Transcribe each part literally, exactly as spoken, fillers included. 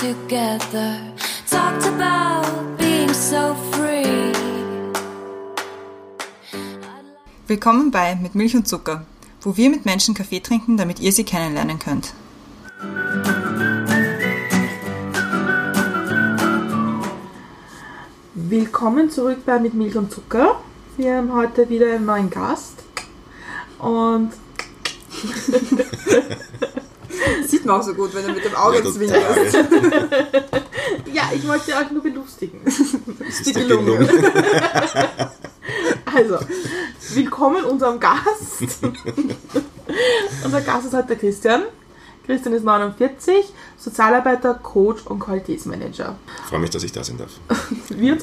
together, talked about being so free. Willkommen bei Mit Milch und Zucker, wo wir mit Menschen Kaffee trinken, damit ihr sie kennenlernen könnt. Willkommen zurück bei Mit Milch und Zucker. Wir haben heute wieder einen neuen Gast und sieht man auch so gut, wenn er mit dem Auge ja, zwinkert. Ja, ich wollte euch nur belustigen. Das ist dir gelungen. Also, willkommen unserem Gast. Unser Gast ist heute der Christian. Christian ist neunundvierzig, Sozialarbeiter, Coach und Qualitätsmanager. Ich freue mich, dass ich da sein darf. Wir,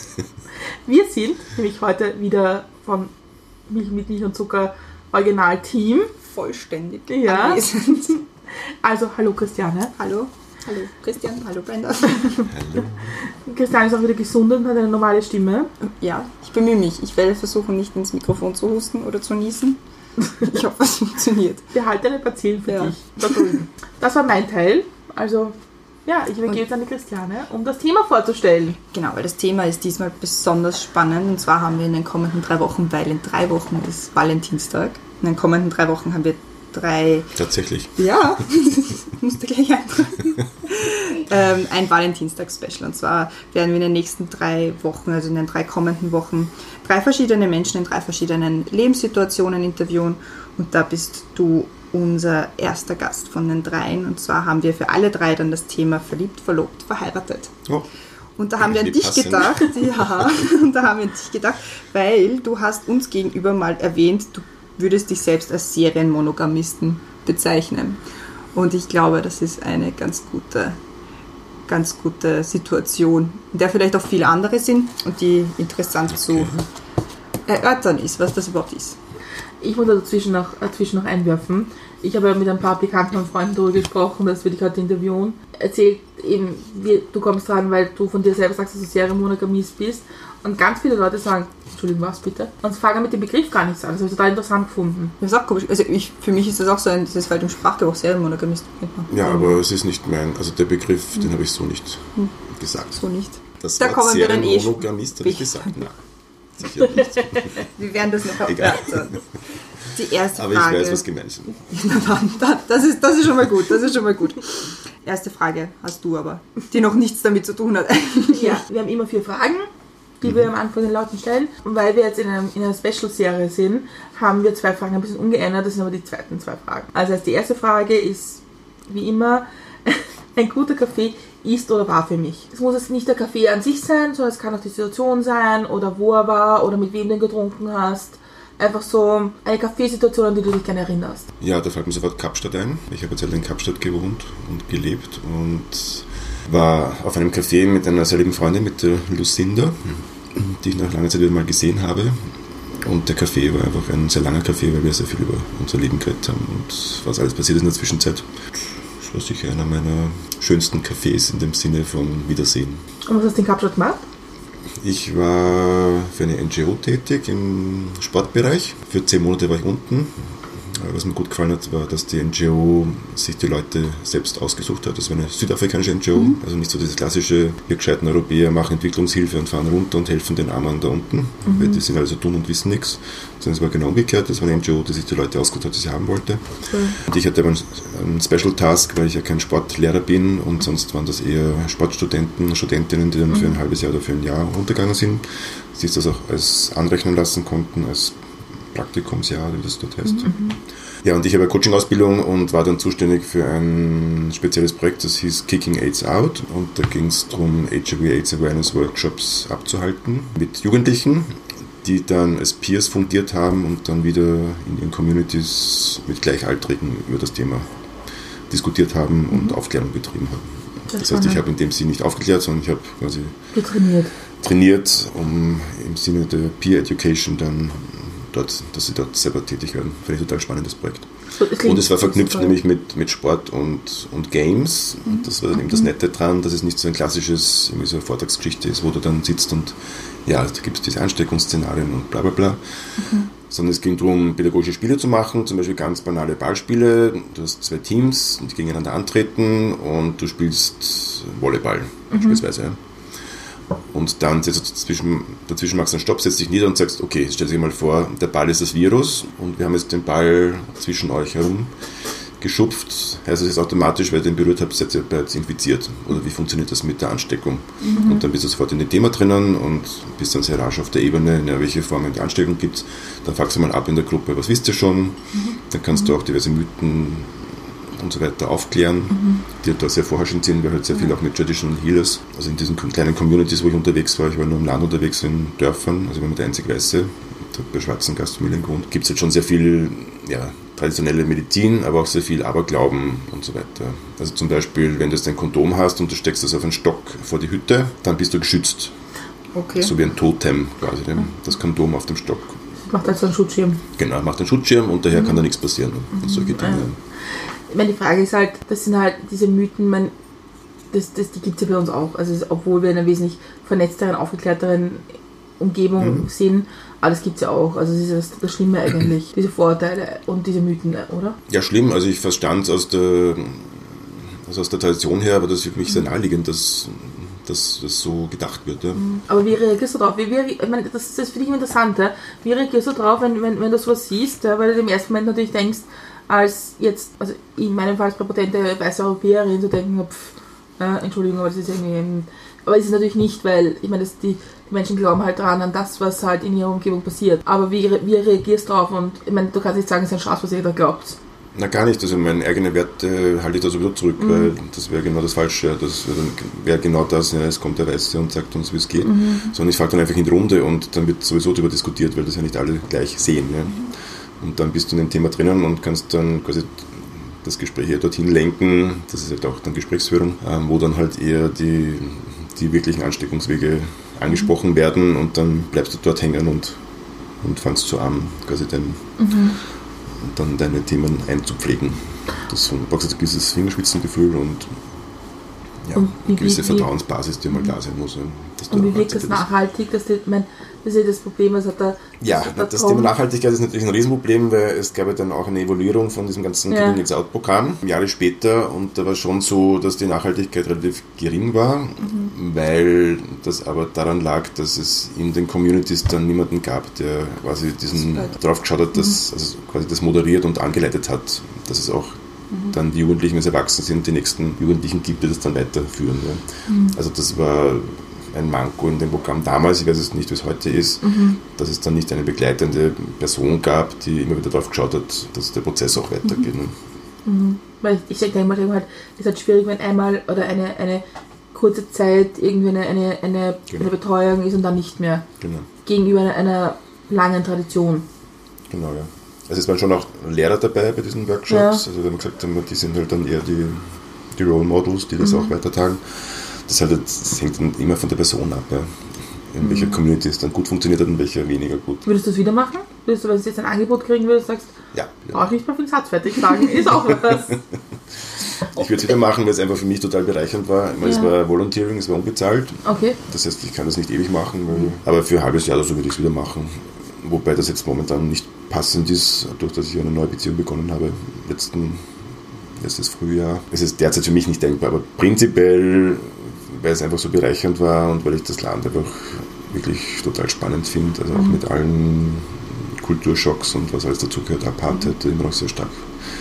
wir sind nämlich heute wieder vom Milch mit Milch und Zucker Original-Team. Vollständig Ja. anwesend. Also, hallo Christiane. Hallo. Hallo Christian, hallo Brenda. Hallo. Christiane ist auch wieder gesund und hat eine normale Stimme. Ja, ich bemühe mich. Ich werde versuchen, nicht ins Mikrofon zu husten oder zu niesen. Ich hoffe, es funktioniert. Behalte eine Bazillen für Ja. dich. Da drüben. Das war mein Teil. Also, ja, ich übergebe jetzt an die Christiane, um das Thema vorzustellen. Genau, weil das Thema ist diesmal besonders spannend. Und zwar haben wir in den kommenden drei Wochen, weil in drei Wochen ist Valentinstag. In den kommenden drei Wochen haben wir drei... Tatsächlich. Ja, musste gleich eintragen. ähm, ein Valentinstag-Special. Und zwar werden wir in den nächsten drei Wochen, also in den drei kommenden Wochen, drei verschiedene Menschen in drei verschiedenen Lebenssituationen interviewen. Und da bist du unser erster Gast von den dreien. Und zwar haben wir für alle drei dann das Thema verliebt, verlobt, verheiratet. Oh. Und da haben wir an dich passend. gedacht, ja, und da haben wir an dich gedacht, weil du hast uns gegenüber mal erwähnt, du würdest dich selbst als Serienmonogamisten bezeichnen. Und ich glaube, das ist eine ganz gute, ganz gute Situation, in der vielleicht auch viele andere sind und die interessant Okay. zu erörtern ist, was das überhaupt ist. Ich muss dazwischen noch, dazwischen noch einwerfen. Ich habe ja mit ein paar Bekannten und Freunden darüber gesprochen, dass wir dich heute interviewen. Erzählt eben, wie, du kommst dran, weil du von dir selber sagst, dass du Serienmonogamist bist. Und ganz viele Leute sagen, Entschuldigung, was bitte? Und fangen mit dem Begriff gar nichts an. Das habe ich total interessant gefunden. Das ist auch komisch. Also ich, für mich ist das auch so ein, das ist halt im Sprachgebrauch Serienmonogamist. Ja, aber es ist nicht mein, also der Begriff, den habe ich so nicht gesagt. So nicht. Das Da Wort kommen wir dann eh schon. Serienmonogamist habe ich gesagt. Nein, sicher nicht. Wir werden das noch Egal. erörtern. Die erste Aber ich Frage. weiß, was gemeint ist. Das ist, das ist schon mal gut, das ist schon mal gut. Erste Frage hast du aber, die noch nichts damit zu tun hat. Ja, wir haben immer vier Fragen, die wir am Anfang den Leuten stellen. Und weil wir jetzt in, einem, in einer Special-Serie sind, haben wir zwei Fragen ein bisschen umgeändert. Das sind aber die zweiten zwei Fragen. Also die erste Frage ist, wie immer, ein guter Kaffee ist oder war für mich. Es muss jetzt nicht der Kaffee an sich sein, sondern es kann auch die Situation sein oder wo er war oder mit wem du ihn getrunken hast. Einfach so eine Kaffeesituation, an die du dich gerne erinnerst. Ja, da fällt mir sofort Kapstadt ein. Ich habe jetzt in Kapstadt gewohnt und gelebt und war auf einem Café mit einer sehr lieben Freundin, mit der Lucinda, die ich nach langer Zeit wieder mal gesehen habe. Und der Café war einfach ein sehr langer Café, weil wir sehr viel über unser Leben geredet haben und was alles passiert ist in der Zwischenzeit. Das war sicher einer meiner schönsten Cafés in dem Sinne von Wiedersehen. Und was hast du in Kapstadt gemacht? Ich war für eine N G O tätig im Sportbereich. Für zehn Monate war ich unten. Was mir gut gefallen hat, war, dass die N G O sich die Leute selbst ausgesucht hat. Das war eine südafrikanische N G O, mhm. also nicht so dieses klassische, wir gescheiten Europäer machen Entwicklungshilfe und fahren runter und helfen den Armen da unten, mhm. weil die sind also dumm und wissen nichts. Sondern es war genau umgekehrt, das war eine N G O, die sich die Leute ausgesucht hat, die sie haben wollte. Mhm. Und ich hatte aber einen Special Task, weil ich ja kein Sportlehrer bin und sonst waren das eher Sportstudenten, Studentinnen, die dann mhm. für ein halbes Jahr oder für ein Jahr runtergegangen sind, die sich das auch als anrechnen lassen konnten, als Praktikumsjahr, wie das dort heißt. Mhm. Ja, und ich habe eine Coaching-Ausbildung und war dann zuständig für ein spezielles Projekt, das hieß Kicking AIDS Out. Und da ging es darum, H I V-AIDS Awareness Workshops abzuhalten mit Jugendlichen, die dann als Peers fungiert haben und dann wieder in ihren Communities mit Gleichaltrigen über das Thema diskutiert haben mhm. und Aufklärung betrieben haben. Das, das heißt, ich habe in dem Sinne nicht aufgeklärt, sondern ich habe quasi getrainiert. trainiert, um im Sinne der Peer Education dann dort, dass sie dort selber tätig werden. Finde ich ein total spannendes Projekt. So, und es war verknüpft super. nämlich mit, mit Sport und, und Games. Mhm. Und das war dann eben das Nette dran, dass es nicht so ein klassisches, irgendwie so eine Vortragsgeschichte ist, wo du dann sitzt und ja, da gibt es diese Ansteckungsszenarien und bla bla bla. Mhm. sondern es ging darum, pädagogische Spiele zu machen, zum Beispiel ganz banale Ballspiele. Du hast zwei Teams, die gegeneinander antreten und du spielst Volleyball mhm. beispielsweise. Ja. Und dann setzt du dazwischen, dazwischen machst du einen Stopp, setzt dich nieder und sagst, okay, stell dir mal vor, der Ball ist das Virus und wir haben jetzt den Ball zwischen euch herum geschupft. Heißt das jetzt automatisch, weil ihr den berührt habt, seid ihr bereits infiziert? Oder wie funktioniert das mit der Ansteckung? Mhm. Und dann bist du sofort in dem Thema drinnen und bist dann sehr rasch auf der Ebene, ja, welche Formen der Ansteckung gibt es. Dann fragst du mal ab in der Gruppe, was wisst ihr schon? Mhm. Dann kannst mhm. du auch diverse Mythen und so weiter aufklären, mhm. die da sehr vorherrschend sind, weil halt sehr viel auch mit Traditional Healers, also in diesen kleinen Communities, wo ich unterwegs war, ich war nur im Land unterwegs, in Dörfern, also ich war mit der einzig Weiße, bei schwarzen Gastfamilien gewohnt, gibt es jetzt schon sehr viel ja, traditionelle Medizin, aber auch sehr viel Aberglauben und so weiter. Also zum Beispiel, wenn du jetzt ein Kondom hast und du steckst das auf einen Stock vor die Hütte, dann bist du geschützt. Okay. So wie ein Totem quasi, das Kondom auf dem Stock. Macht also einen Schutzschirm. Genau, macht einen Schutzschirm und daher mhm. kann da nichts passieren. Mhm. Und solche Dinge. Ich meine, die Frage ist halt, das sind halt diese Mythen, man, das, das, die gibt es ja bei uns auch. Also es, obwohl wir in einer wesentlich vernetzteren, aufgeklärteren Umgebung mhm. sind, aber das gibt es ja auch. Also das ist das, das Schlimme eigentlich, diese Vorurteile und diese Mythen, oder? Ja, schlimm. Also ich verstand es aus der, also aus der Tradition her, aber das ist für mich sehr naheliegend, dass dass das so gedacht wird. Ja. Aber wie reagierst du darauf? Wie, wie, ich meine, das, das finde ich interessant. Ja? Wie reagierst du darauf, wenn, wenn, wenn du sowas siehst? Ja? Weil du im ersten Moment natürlich denkst, als jetzt, also in meinem Fall als präpotente weiße Europäerin, zu denken, pff, äh, Entschuldigung, aber das ist irgendwie ein, aber es ist natürlich nicht, weil, ich meine, das, die, die Menschen glauben halt dran an das, was halt in ihrer Umgebung passiert. Aber wie, wie reagierst du darauf? Und ich meine, du kannst nicht sagen, es ist ein Schatz, was ihr da glaubt. Na, gar nicht. Also meine eigenen Werte halte ich da sowieso zurück, mhm. weil das wäre genau das Falsche. Das wäre genau das, ja, es kommt der Weiße und sagt uns, wie es geht. Mhm. Sondern ich frage dann einfach in die Runde und dann wird sowieso darüber diskutiert, weil das ja nicht alle gleich sehen. Ja. Und dann bist du in dem Thema drinnen und kannst dann quasi das Gespräch eher dorthin lenken. Das ist halt auch dann Gesprächsführung, wo dann halt eher die, die wirklichen Ansteckungswege angesprochen mhm. werden und dann bleibst du dort hängen und, und fangst so an, quasi den... Mhm. und dann deine Themen einzupflegen. Das brauchst ein gewisses Fingerspitzengefühl und, ja, und eine gewisse wie, Vertrauensbasis, die mal da sein muss. Dass und wie wirkt das nachhaltig? Dass die, mein, das ist ja das Problem, was hat da... Ja, das, das Thema Nachhaltigkeit ist natürlich ein Riesenproblem, weil es gab ja dann auch eine Evaluierung von diesem ganzen ja. Giving It's Out-Programm, Jahre später, und da war schon so, dass die Nachhaltigkeit relativ gering war, mhm. weil das aber daran lag, dass es in den Communities dann niemanden gab, der quasi diesen drauf geschaut hat, dass, mhm. also quasi das moderiert und angeleitet hat, dass es auch mhm. dann die Jugendlichen, wenn sie erwachsen sind, die nächsten Jugendlichen gibt, die das dann weiterführen. Ja. Mhm. Also das war ein Manko in dem Programm damals, ich weiß es nicht, wie es heute ist, mhm. dass es dann nicht eine begleitende Person gab, die immer wieder darauf geschaut hat, dass der Prozess auch weitergeht. Mhm. Ne? Mhm. Weil ich, ich denke immer, halt, es ist halt schwierig, wenn einmal oder eine, eine kurze Zeit irgendwie eine, eine, eine, genau. eine Betreuung ist und dann nicht mehr. Genau. Gegenüber einer, einer langen Tradition. Genau, ja. Also es waren schon auch Lehrer dabei bei diesen Workshops, ja. Also wenn wir gesagt haben, die sind halt dann eher die, die Role Models, die das mhm. auch weitertragen. Das, halt, das hängt dann immer von der Person ab, ja. In mhm. welcher Community es dann gut funktioniert hat und welcher weniger gut. Würdest du das wieder machen? Würdest du, wenn du jetzt ein Angebot kriegen würdest, sagst, ja, ja. brauche ich nicht mal für den Satz fertig sagen, ist auch was. Ich würde es wieder machen, weil es einfach für mich total bereichernd war. Ja. Es war Volunteering, es war unbezahlt. Okay. Das heißt, ich kann das nicht ewig machen, weil, aber für ein halbes Jahr oder so würde ich es wieder machen. Wobei das jetzt momentan nicht passend ist, durch dass ich eine neue Beziehung begonnen habe, letzten, letztes Frühjahr. Es ist derzeit für mich nicht denkbar, aber prinzipiell, weil es einfach so bereichernd war und weil ich das Land einfach wirklich total spannend finde, also auch mhm. mit allen Kulturschocks und was alles dazugehört, Apartheid, mhm. immer noch sehr stark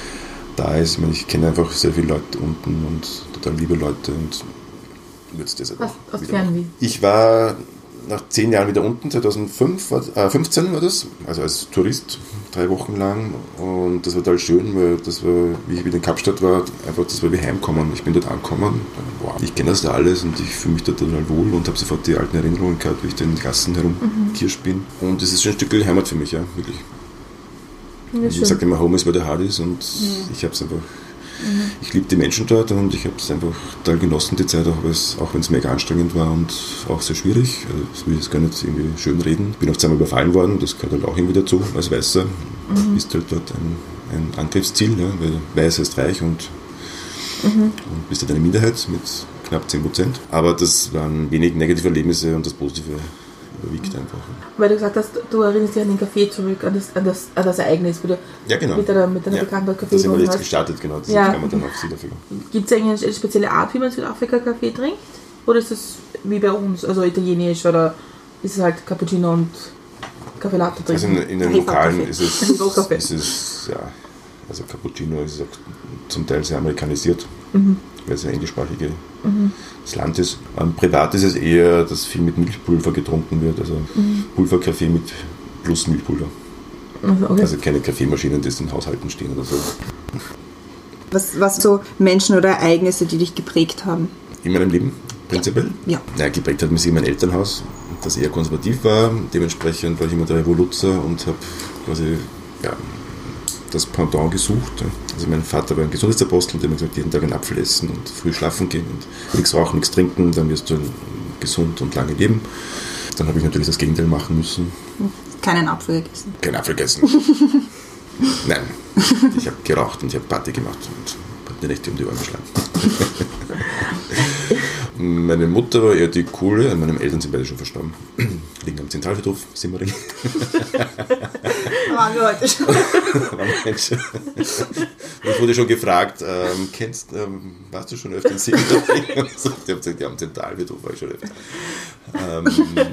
da ist. Ich meine, ich kenne einfach sehr viele Leute unten und total liebe Leute und würde es deshalb auch aus Fernweh. Ich war nach zehn Jahren wieder unten, zweitausendfünfzehn war das, also als Tourist, drei Wochen lang, und das war total schön, weil das war, wie ich wieder in Kapstadt war, einfach, das war wie heimkommen. Ich bin dort angekommen, wow, ich kenne das da alles und ich fühle mich dort total wohl und habe sofort die alten Erinnerungen gehabt, wie ich da in den Gassen herumkirsch bin. Und das ist schon ein Stück Heimat für mich, ja, wirklich. Ja, ich sage immer, Home is where the heart is, und ja. ich habe es einfach, mhm. ich liebe die Menschen dort und ich habe es einfach total genossen, die Zeit, auch, auch wenn es mega anstrengend war und auch sehr schwierig. Also, das will ich jetzt gar nicht irgendwie schön reden. Ich bin auch zweimal überfallen worden, das gehört halt auch irgendwie dazu, als Weißer. Mhm. Ist halt dort ein, ein Angriffsziel, ja, weil Weiß heißt reich und, mhm. und bist halt eine Minderheit mit knapp zehn Prozent. Aber das waren wenig negative Erlebnisse und das Positive überwiegt einfach. Weil du gesagt hast, du erinnerst dich an den Kaffee zurück, an das, an das, an das Ereignis, wo du Ja, genau. mit deiner, mit deiner ja. Bekannten Kaffee Da sind wir getrunken jetzt hast. gestartet, genau. Das Ja. kann man dann auf Südafrika. Gibt es eigentlich eine spezielle Art, wie man Südafrika-Kaffee trinkt? Oder ist es wie bei uns, also italienisch, oder ist es halt Cappuccino und Kaffee Latte Also trinken? in, in den Hey, Lokalen Kaffee. ist es, Rohkaffee. ist es, ja, also Cappuccino ist auch zum Teil sehr amerikanisiert, Mhm. weil es ein englischsprachiges Land ist. Ähm, privat ist es eher, dass viel mit Milchpulver getrunken wird, also Mhm. Pulverkaffee mit plus Milchpulver. Also, okay. Also keine Kaffeemaschinen, die in Haushalten stehen oder so. Was, was so Menschen oder Ereignisse, die dich geprägt haben? In meinem Leben prinzipiell? Ja. Ja, geprägt hat mich sicher mein Elternhaus, das eher konservativ war. Dementsprechend war ich immer der Revoluzer und habe quasi ja, das Pendant gesucht. Also mein Vater war ein Gesundheitsapostel, der hat mir gesagt, jeden Tag einen Apfel essen und früh schlafen gehen und nichts rauchen, nichts trinken, dann wirst du gesund und lange leben. Dann habe ich natürlich das Gegenteil machen müssen. Keinen Apfel gegessen. Kein Apfel gegessen. Nein, ich habe geraucht und ich habe Party gemacht und habe die Nächte um die Ohren geschlagen. Meine Mutter war eher die coole, und meine Eltern sind beide schon verstorben. Liegen am Zentralfriedhof, Simmering. Waren wir heute schon. Aber Mensch, ich wurde schon gefragt, ähm, kennst, ähm, warst du schon öfter in Simmering? Ich habe gesagt, ja, am Zentralfriedhof war ich schon öfter. Ähm,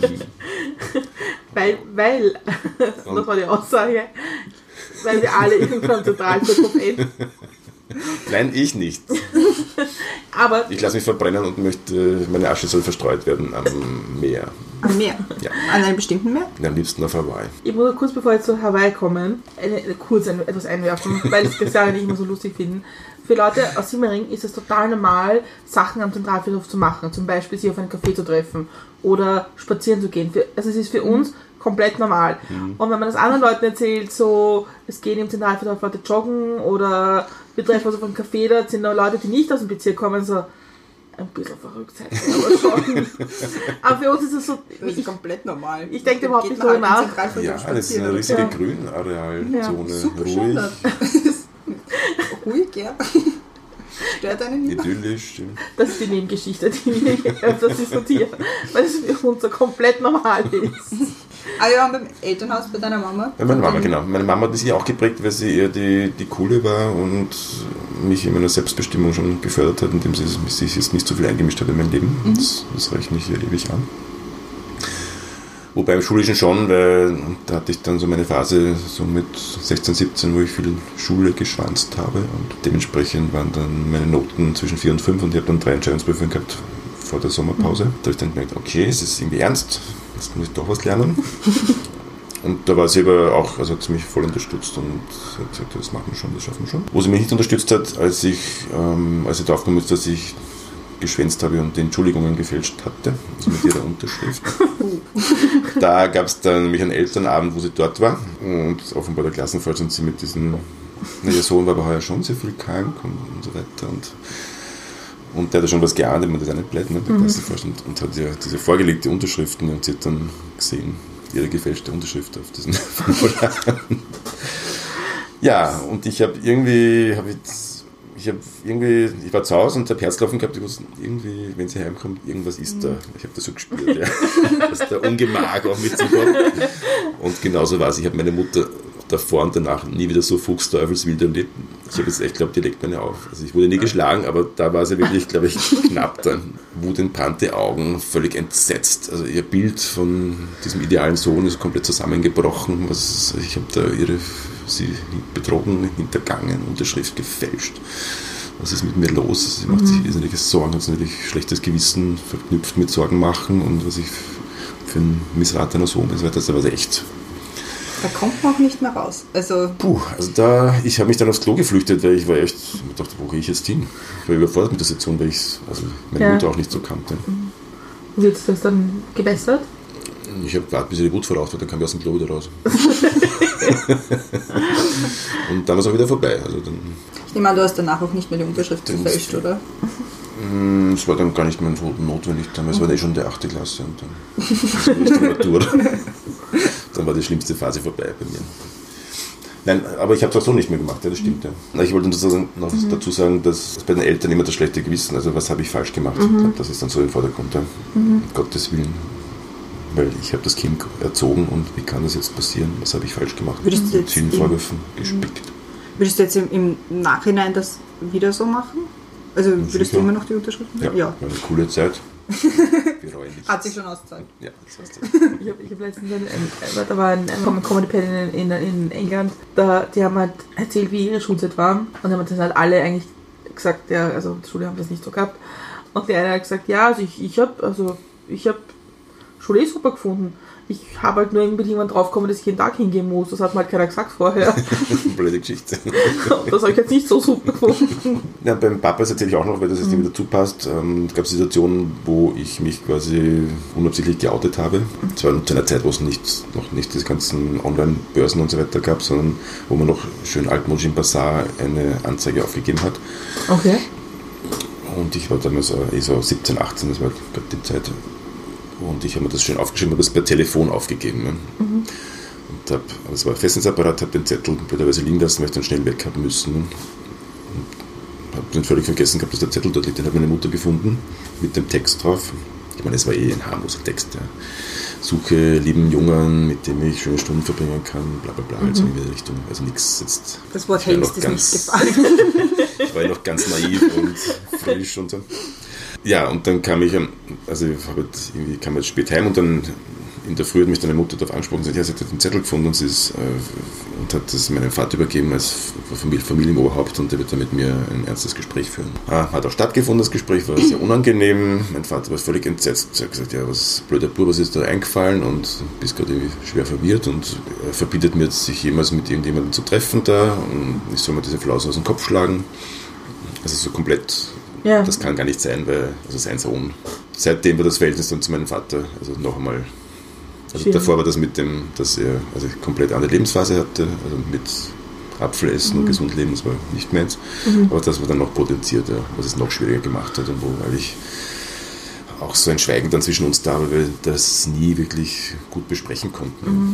Weil, weil, das war die Aussage, weil wir alle irgendwann total enden. nein, ich nicht. Aber Ich lasse mich verbrennen und möchte, meine Asche soll verstreut werden am Meer. Am Meer. Ja. An einem bestimmten Meer? Am liebsten auf Hawaii. ich muss noch kurz, bevor wir zu Hawaii kommen, eine, eine, kurz ein, etwas einwerfen, weil ich das ja nicht immer so lustig finde. Für Leute aus Simmering ist es total normal, Sachen am Zentralfriedhof zu machen. Zum Beispiel sich auf einen Café zu treffen oder spazieren zu gehen. Für, also es ist für uns komplett normal. Mhm. Und wenn man das anderen Leuten erzählt, so, es gehen im Zentralfriedhof Leute joggen oder wir treffen uns auf einem Café, da sind noch Leute, die nicht aus dem Bezirk kommen, so ein bisschen verrückt sein, aber schon. Aber für uns ist es so, Das ist ich, komplett normal. ich denke überhaupt Geht nicht man drüber halt nach. in Zentralfriedhof Ja, das ist eine spazieren. riesige Ja. Grünarealzone. Super Ruhig, schön. Ruhig, ja. Stört einen nicht. idyllisch. stimmt. Das ist die Nebengeschichte, die wir öfters diskutieren, weil es für uns so komplett normal ist. Ah, wir waren beim Elternhaus bei deiner Mama. Ja, meine Mama, genau. Meine Mama hat sich auch geprägt, weil sie eher die, die Coole war und mich in meiner Selbstbestimmung schon gefördert hat, indem sie sich jetzt nicht so viel eingemischt hat in mein Leben. Mhm. Das, das reicht mich hier ewig an. Wobei im Schulischen schon, weil da hatte ich dann so meine Phase so mit sechzehn, siebzehn, wo ich viel Schule geschwanzt habe und dementsprechend waren dann meine Noten zwischen vier und fünf und ich habe dann drei Entscheidungsprüfungen gehabt vor der Sommerpause. Da habe ich dann gemerkt, okay, es ist irgendwie ernst, jetzt muss ich doch was lernen. Und da war sie aber auch also hat sie mich voll unterstützt und hat gesagt, das machen wir schon, das schaffen wir schon. Wo sie mich nicht unterstützt hat, als ich, ähm, als ich drauf gekommen ist, dass ich geschwänzt habe und die Entschuldigungen gefälscht hatte, also mit ihrer Unterschrift. Da gab es dann nämlich einen Elternabend, wo sie dort war und offenbar der Klassenvorstand sie mit diesem, na, ihr Sohn war aber heuer schon sehr viel krank und, und so weiter und und der hat ja schon was geahnt, wenn man das auch nicht bleibt, ne, der Mhm. Klassenvorstand, und hat ja diese vorgelegte Unterschriften und sie hat dann gesehen, ihre gefälschte Unterschrift auf diesen Formular. Ja, und ich habe irgendwie, hab jetzt, ich habe irgendwie, ich war zu Hause und habe Herzklopfen gehabt, ich wusste irgendwie, wenn sie heimkommt, irgendwas ist da. Ich habe das so gespürt, ja. Dass der Ungemach auf mich zukommt. Und genauso war es. Ich habe meine Mutter davor und danach nie wieder so fuchsteufelswild erlebt. Ich habe jetzt echt geglaubt, die legt meine auf. Also ich wurde nie geschlagen, aber da war sie wirklich, glaube ich, knapp dann. Wutentbrannte Augen, völlig entsetzt. Also ihr Bild von diesem idealen Sohn ist komplett zusammengebrochen. Was, ich habe da ihre, sie betrogen, hintergangen, Unterschrift gefälscht. Was ist mit mir los? Sie macht sich irrsinnige Sorgen, hat natürlich schlechtes Gewissen verknüpft mit Sorgen machen und was ich für ein missratener Sohn bin. Das war echt. Da kommt man auch nicht mehr raus. Also, Puh, also da, ich habe mich dann aufs Klo geflüchtet, weil ich war echt, ich dachte, wo gehe ich jetzt hin? Ich war überfordert mit der Situation, weil ich also meine Ja. Mutter auch nicht so kannte. Wird das dann gebessert? Ich habe gewartet, bis die Wut verraucht wird, dann kam ich aus dem Klo wieder raus. Und dann war es auch wieder vorbei. Also dann, ich nehme an, du hast danach auch nicht mehr die Unterschrift Den- gefälscht, oder? mh, es war dann gar nicht mehr so notwendig, damals war eh schon die achte Klasse und dann also nicht die Matura. Dann war die schlimmste Phase vorbei bei mir. Nein, aber ich habe es auch so nicht mehr gemacht, ja, das stimmt. Ja. Ich wollte noch dazu- noch Mhm. dazu sagen, dass bei den Eltern immer das schlechte Gewissen, also was habe ich falsch gemacht, Mhm. das ist dann so im Vordergrund, ja. Um Gottes Willen. weil ich habe das Kind erzogen und wie kann das jetzt passieren? Was habe ich falsch gemacht? Würdest du Mit jetzt vielen im- Vorwürfen gespickt. Würdest du jetzt im, im Nachhinein das wieder so machen? Also würdest sicher. du immer noch die Unterschriften? Ja, war eine coole Zeit. Bereue nichts. Hat sich schon ausgezahlt. Ja, das heißt das. Ich habe ich hab letztens ein, ein, da war ein, ein Comedy Panel in, in, in England, da, die haben halt erzählt, wie ihre Schulzeit war und haben dann halt alle eigentlich gesagt, ja, also die Schule haben das nicht so gehabt. Und der eine hat gesagt, ja, also ich, ich habe also ich habe Schule eh super gefunden. Ich habe halt nur irgendwie irgendwann draufgekommen, dass ich jeden Tag hingehen muss. Das hat mir halt keiner gesagt vorher. Blöde Geschichte. Das habe ich jetzt nicht so super gefunden. Ja, beim Papa, das erzähle ich auch noch, weil das jetzt nicht wieder zupasst. Ähm, es gab Situationen, wo ich mich quasi unabsichtlich geoutet habe. Zwar zu einer Zeit, wo es nicht, noch nicht diese ganzen Online-Börsen und so weiter gab, sondern wo man noch schön altmodisch im Bazar eine Anzeige aufgegeben hat. Okay. Und ich war damals äh, eh so siebzehn, achtzehn, das war gerade die Zeit. Und ich habe mir das schön aufgeschrieben, habe das per Telefon aufgegeben. Ne? Mhm. Und hab, das war ein Festnetzapparat, habe den Zettel blöderweise liegen lassen, weil ich dann schnell weg haben müssen. Ne? Und habe dann völlig vergessen gehabt, dass der Zettel dort liegt. Den hat meine Mutter gefunden, mit dem Text drauf. Ich meine, es war eh ein harmloser Text. Ja. Suche lieben Jungen, mit dem ich schöne Stunden verbringen kann, bla bla bla, mhm. also in die Richtung. Also nichts jetzt. Das Wort ich war Hengst noch ist ganz, nicht gefallen. Ich war ja noch ganz naiv und frisch und so. Ja, und dann kam ich, also ich habe halt irgendwie kam jetzt spät heim und dann in der Früh hat mich dann meine Mutter darauf angesprochen und gesagt, ja, sie hat den Zettel gefunden und, sie ist, äh, und hat das meinem Vater übergeben als Familie, Familienoberhaupt und der wird dann mit mir ein ernstes Gespräch führen. Ah, hat auch stattgefunden, das Gespräch war sehr unangenehm. Mein Vater war völlig entsetzt. Er hat gesagt, ja, was blöder Bub, was ist da eingefallen und bist gerade irgendwie schwer verwirrt und er verbietet mir jetzt, sich jemals mit irgendjemandem zu treffen da und ich soll mir diese Flause aus dem Kopf schlagen. Also so komplett. Ja. Das kann gar nicht sein, weil also sein Sohn. Seitdem war das Verhältnis dann zu meinem Vater, also noch einmal. Also Schön. davor war das mit dem, dass er also komplett andere Lebensphase hatte, also mit Apfel essen mhm. und gesund leben, das war nicht meins. Mhm. Aber das war dann noch potenziert, ja, was es noch schwieriger gemacht hat und wo eigentlich auch so ein Schweigen dann zwischen uns da war, weil wir das nie wirklich gut besprechen konnten. Mhm.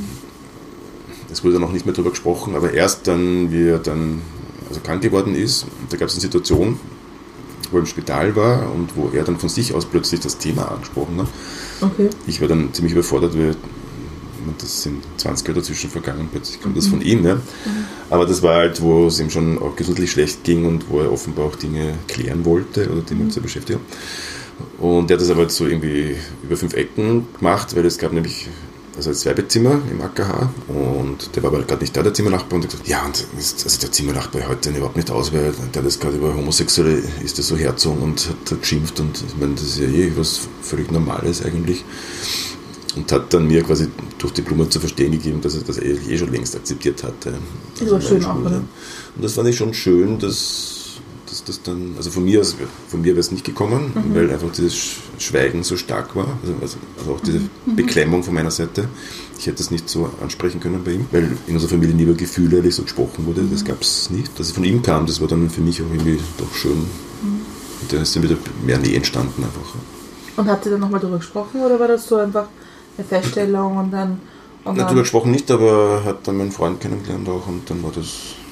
Es wurde dann auch nicht mehr darüber gesprochen, aber erst dann, wie er dann also krank geworden ist, da gab es eine Situation, wo er im Spital war und wo er dann von sich aus plötzlich das Thema angesprochen hat. Okay. Ich war dann ziemlich überfordert, weil das sind zwanzig Jahre dazwischen vergangen, plötzlich kommt mhm. das von ihm. Ne? Mhm. Aber das war halt, wo es ihm schon auch gesundheitlich schlecht ging und wo er offenbar auch Dinge klären wollte oder Dinge mhm. zu beschäftigen. Und er hat das aber halt so irgendwie über fünf Ecken gemacht, weil es gab nämlich also ein Zweibettzimmer im A K H und der war aber gerade nicht da, der Zimmernachbar, und der hat gesagt, ja, und ist, also der Zimmernachbar heute überhaupt nicht aus, weil der das gerade über Homosexuelle ist, das so herzogen und hat da geschimpft und ich meine, das ist ja eh was völlig Normales eigentlich und hat dann mir quasi durch die Blume zu verstehen gegeben, dass er das eigentlich eh schon längst akzeptiert hatte. Also das war schön auch, oder? Und das fand ich schon schön, dass dass das dann, also von mir, von mir wäre es nicht gekommen, mhm. weil einfach dieses Schweigen so stark war, also, also auch diese mhm. Beklemmung von meiner Seite. Ich hätte das nicht so ansprechen können bei ihm, weil in unserer Familie nie über Gefühle ehrlich so gesprochen wurde, das gab es nicht. Dass es von ihm kam, das war dann für mich auch irgendwie doch schön. Mhm. Und dann ist dann wieder mehr Nähe entstanden einfach. Und habt ihr dann nochmal darüber gesprochen oder war das so einfach eine Feststellung und dann... Und Na, darüber gesprochen nicht, aber hat dann meinen Freund kennengelernt auch und dann war das...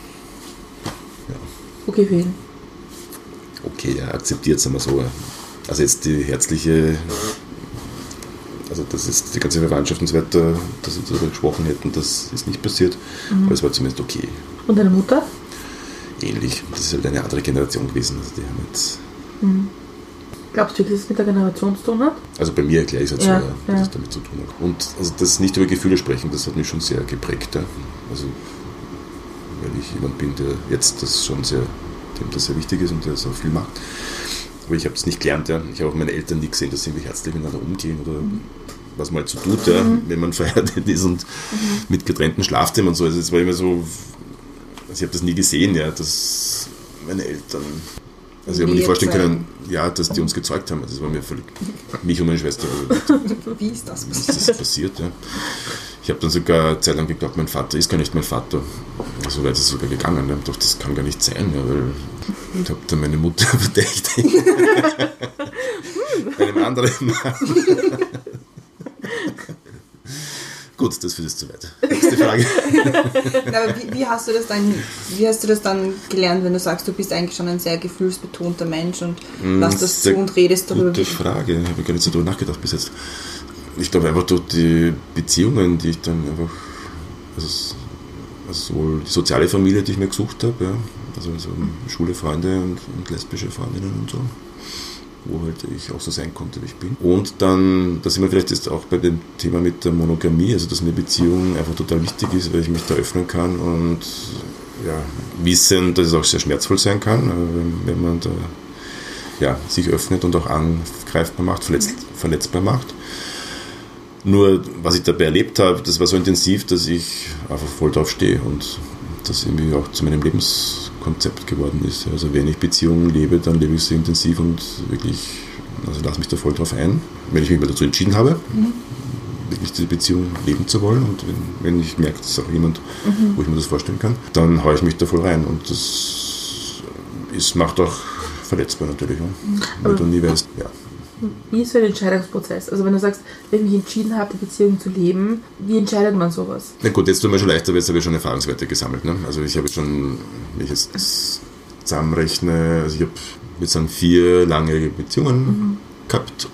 Ja. Okay für ihn. Okay, er akzeptiert es einmal so. Also jetzt die herzliche, also das ist die ganze Verwandtschaft und so weiter, dass wir darüber gesprochen hätten, das ist nicht passiert, mhm. aber es war zumindest okay. Und deine Mutter? Ähnlich, das ist halt eine andere Generation gewesen. Also die haben jetzt mhm. Glaubst du, dass es mit der Generation zu tun hat? Also bei mir gleich ist es ja, so, dass ja. es damit zu tun hat. Und also das nicht über Gefühle sprechen, das hat mich schon sehr geprägt. Ja. Also weil ich jemand bin, der jetzt das schon sehr dem das sehr wichtig ist und der so viel macht. Aber ich habe es nicht gelernt. Ja. Ich habe auch meine Eltern nie gesehen, dass sie irgendwie herzlich miteinander umgehen oder mhm. was man halt so tut, ja, mhm. wenn man verheiratet ist und mhm. mit getrennten Schlafzimmern und so. Also es war immer so, also ich habe das nie gesehen, ja, dass meine Eltern, also ich habe mir nicht vorstellen können, ja, dass die uns gezeugt haben. Das war mir völlig, mich und meine Schwester. Wie ist das passiert? Das ist passiert, ja. Ich habe dann sogar eine Zeit lang geglaubt, mein Vater ist gar nicht mein Vater. So weit ist es sogar gegangen. Ich dachte, das kann gar nicht sein, ja, weil ich habe dann meine Mutter verdächtigt. Einem anderen Mann. Gut, das führt jetzt zu weit. Nächste Frage. Aber wie, wie, hast du das dann, wie hast du das dann gelernt, wenn du sagst, du bist eigentlich schon ein sehr gefühlsbetonter Mensch und mm, lass das zu und redest darüber? Gute Frage, ich habe gar nicht so darüber nachgedacht bis jetzt. ich glaube einfach durch die Beziehungen, die ich dann einfach, also, also sowohl die soziale Familie, die ich mir gesucht habe, ja, also, also schwule Freunde und, und lesbische Freundinnen und so, wo halt ich auch so sein konnte, wie ich bin. Und dann, da sind wir vielleicht jetzt auch bei dem Thema mit der Monogamie, also dass eine Beziehung einfach total wichtig ist, weil ich mich da öffnen kann und ja, wissen, dass es auch sehr schmerzvoll sein kann, wenn man da ja, sich öffnet und auch angreifbar macht, verletz, verletzbar macht. Nur, was ich dabei erlebt habe, das war so intensiv, dass ich einfach voll drauf stehe und das irgendwie auch zu meinem Lebenskonzept geworden ist. Also wenn ich Beziehungen lebe, dann lebe ich sie intensiv und wirklich, also lasse mich da voll drauf ein. Wenn ich mich mal dazu entschieden habe, mhm. wirklich diese Beziehung leben zu wollen und wenn, wenn ich merke, das ist auch jemand, mhm. wo ich mir das vorstellen kann, dann haue ich mich da voll rein und das ist, macht auch verletzbar natürlich, ja? Weil aber du nie weißt, ja. Wie ist so ein Entscheidungsprozess? Also wenn du sagst, wenn ich mich entschieden habe, die Beziehung zu leben, wie entscheidet man sowas? Na gut, jetzt tut mir schon leichter, weil jetzt habe ich schon Erfahrungswerte gesammelt. Ne? Also ich habe schon, wenn ich jetzt zusammenrechne, also ich habe, wir sagen, vier langjährige Beziehungen mhm. gehabt.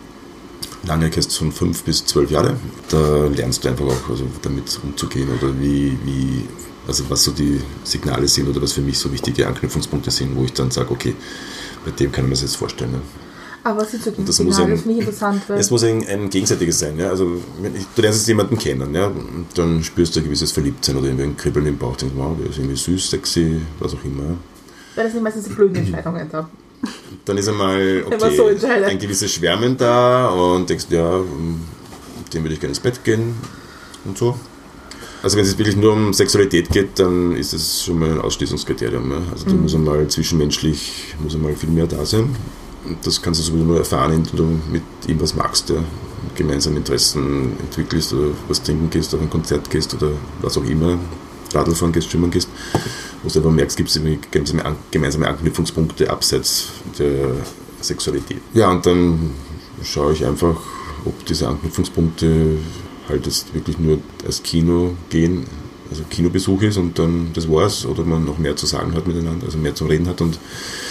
Lange heißt von fünf bis zwölf Jahre. Da lernst du einfach auch, also damit umzugehen oder wie, wie, also was so die Signale sind oder was für mich so wichtige Anknüpfungspunkte sind, wo ich dann sage, okay, bei dem kann ich mir das jetzt vorstellen. Ne? Aber was sind so das Signale, das für mich interessant wird? Es muss ein, ein gegenseitiges sein. Ja? Also, wenn ich, du lernst jetzt jemanden kennen, ja? Und dann spürst du ein gewisses Verliebtsein oder irgendwie ein Kribbeln im Bauch, denkst, wow, der ist irgendwie süß, sexy, was auch immer. Ja? Weil das sind meistens die blöden Entscheidungen da. Dann ist einmal okay, so ein gewisses Schwärmen da und denkst, ja, dem würde ich gerne ins Bett gehen und so. Also wenn es wirklich nur um Sexualität geht, dann ist das schon mal ein Ausschließungskriterium. Ja? Also da mhm. muss einmal zwischenmenschlich muss einmal viel mehr da sein. Und das kannst du sowieso nur erfahren, indem du mit ihm was magst, ja? Gemeinsame Interessen entwickelst oder was trinken gehst, auf ein Konzert gehst oder was auch immer, Radl fahren gehst, schwimmen gehst, wo du einfach merkst, gibt es gemeinsame, gemeinsame Anknüpfungspunkte abseits der Sexualität. Ja, und dann schaue ich einfach, ob diese Anknüpfungspunkte halt jetzt wirklich nur als Kino gehen, also Kinobesuch ist und dann das war's, oder man noch mehr zu sagen hat miteinander, also mehr zu reden hat und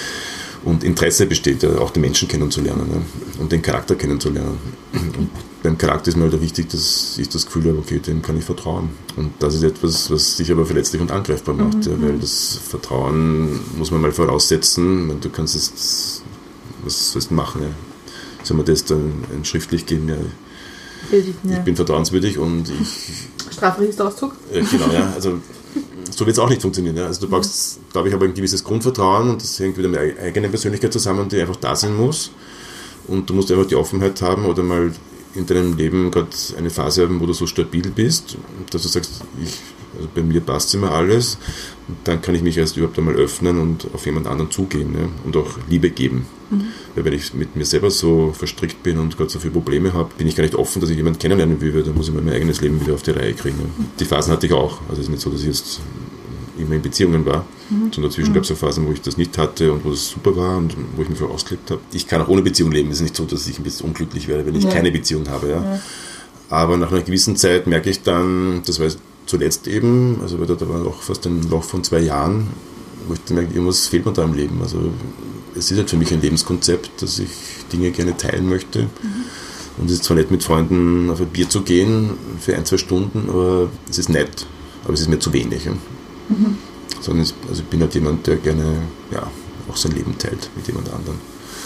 Und Interesse besteht, ja, auch den Menschen kennenzulernen, ja, und den Charakter kennenzulernen. Und beim Charakter ist mir halt wichtig, dass ich das Gefühl habe, okay, dem kann ich vertrauen. Und das ist etwas, was sich aber verletzlich und angreifbar macht, mhm. ja, weil das Vertrauen muss man mal voraussetzen. Du kannst es, was sollst du machen? Ja? Soll man das dann schriftlich geben? Ja, ich ja. bin vertrauenswürdig und ich... Strafregisterauszug? Äh, genau, ja, also... So wird es auch nicht funktionieren. Ja? Also du brauchst, glaube ich, aber ein gewisses Grundvertrauen und das hängt wieder mit der eigenen Persönlichkeit zusammen, die einfach da sein muss. Und du musst einfach die Offenheit haben oder mal in deinem Leben gerade eine Phase haben, wo du so stabil bist, dass du sagst, ich, also bei mir passt immer alles. Und dann kann ich mich erst überhaupt einmal öffnen und auf jemand anderen zugehen, ja? Und auch Liebe geben. Mhm. Weil wenn ich mit mir selber so verstrickt bin und gerade so viele Probleme habe, bin ich gar nicht offen, dass ich jemanden kennenlernen will, dann muss ich mein eigenes Leben wieder auf die Reihe kriegen. Ja? Die Phasen hatte ich auch. Also es ist nicht so, dass ich jetzt immer in Beziehungen war, mhm. sondern dazwischen mhm. gab es auch Phasen, wo ich das nicht hatte und wo es super war und wo ich mich voll ausgelebt habe. Ich kann auch ohne Beziehung leben. Es ist nicht so, dass ich ein bisschen unglücklich werde, wenn ich ja. keine Beziehung habe. Ja? Ja. Aber nach einer gewissen Zeit merke ich dann, das war zuletzt eben, also da war auch fast ein Loch von zwei Jahren, wo ich dann merke, irgendwas fehlt mir da im Leben. Also es ist halt für mich ein Lebenskonzept, dass ich Dinge gerne teilen möchte. Mhm. Und es ist zwar nett, mit Freunden auf ein Bier zu gehen für ein, zwei Stunden, aber es ist nett, aber es ist mir zu wenig. Ja? Mhm. Sondern es, also ich bin halt jemand, der gerne ja, auch sein Leben teilt mit jemand anderem.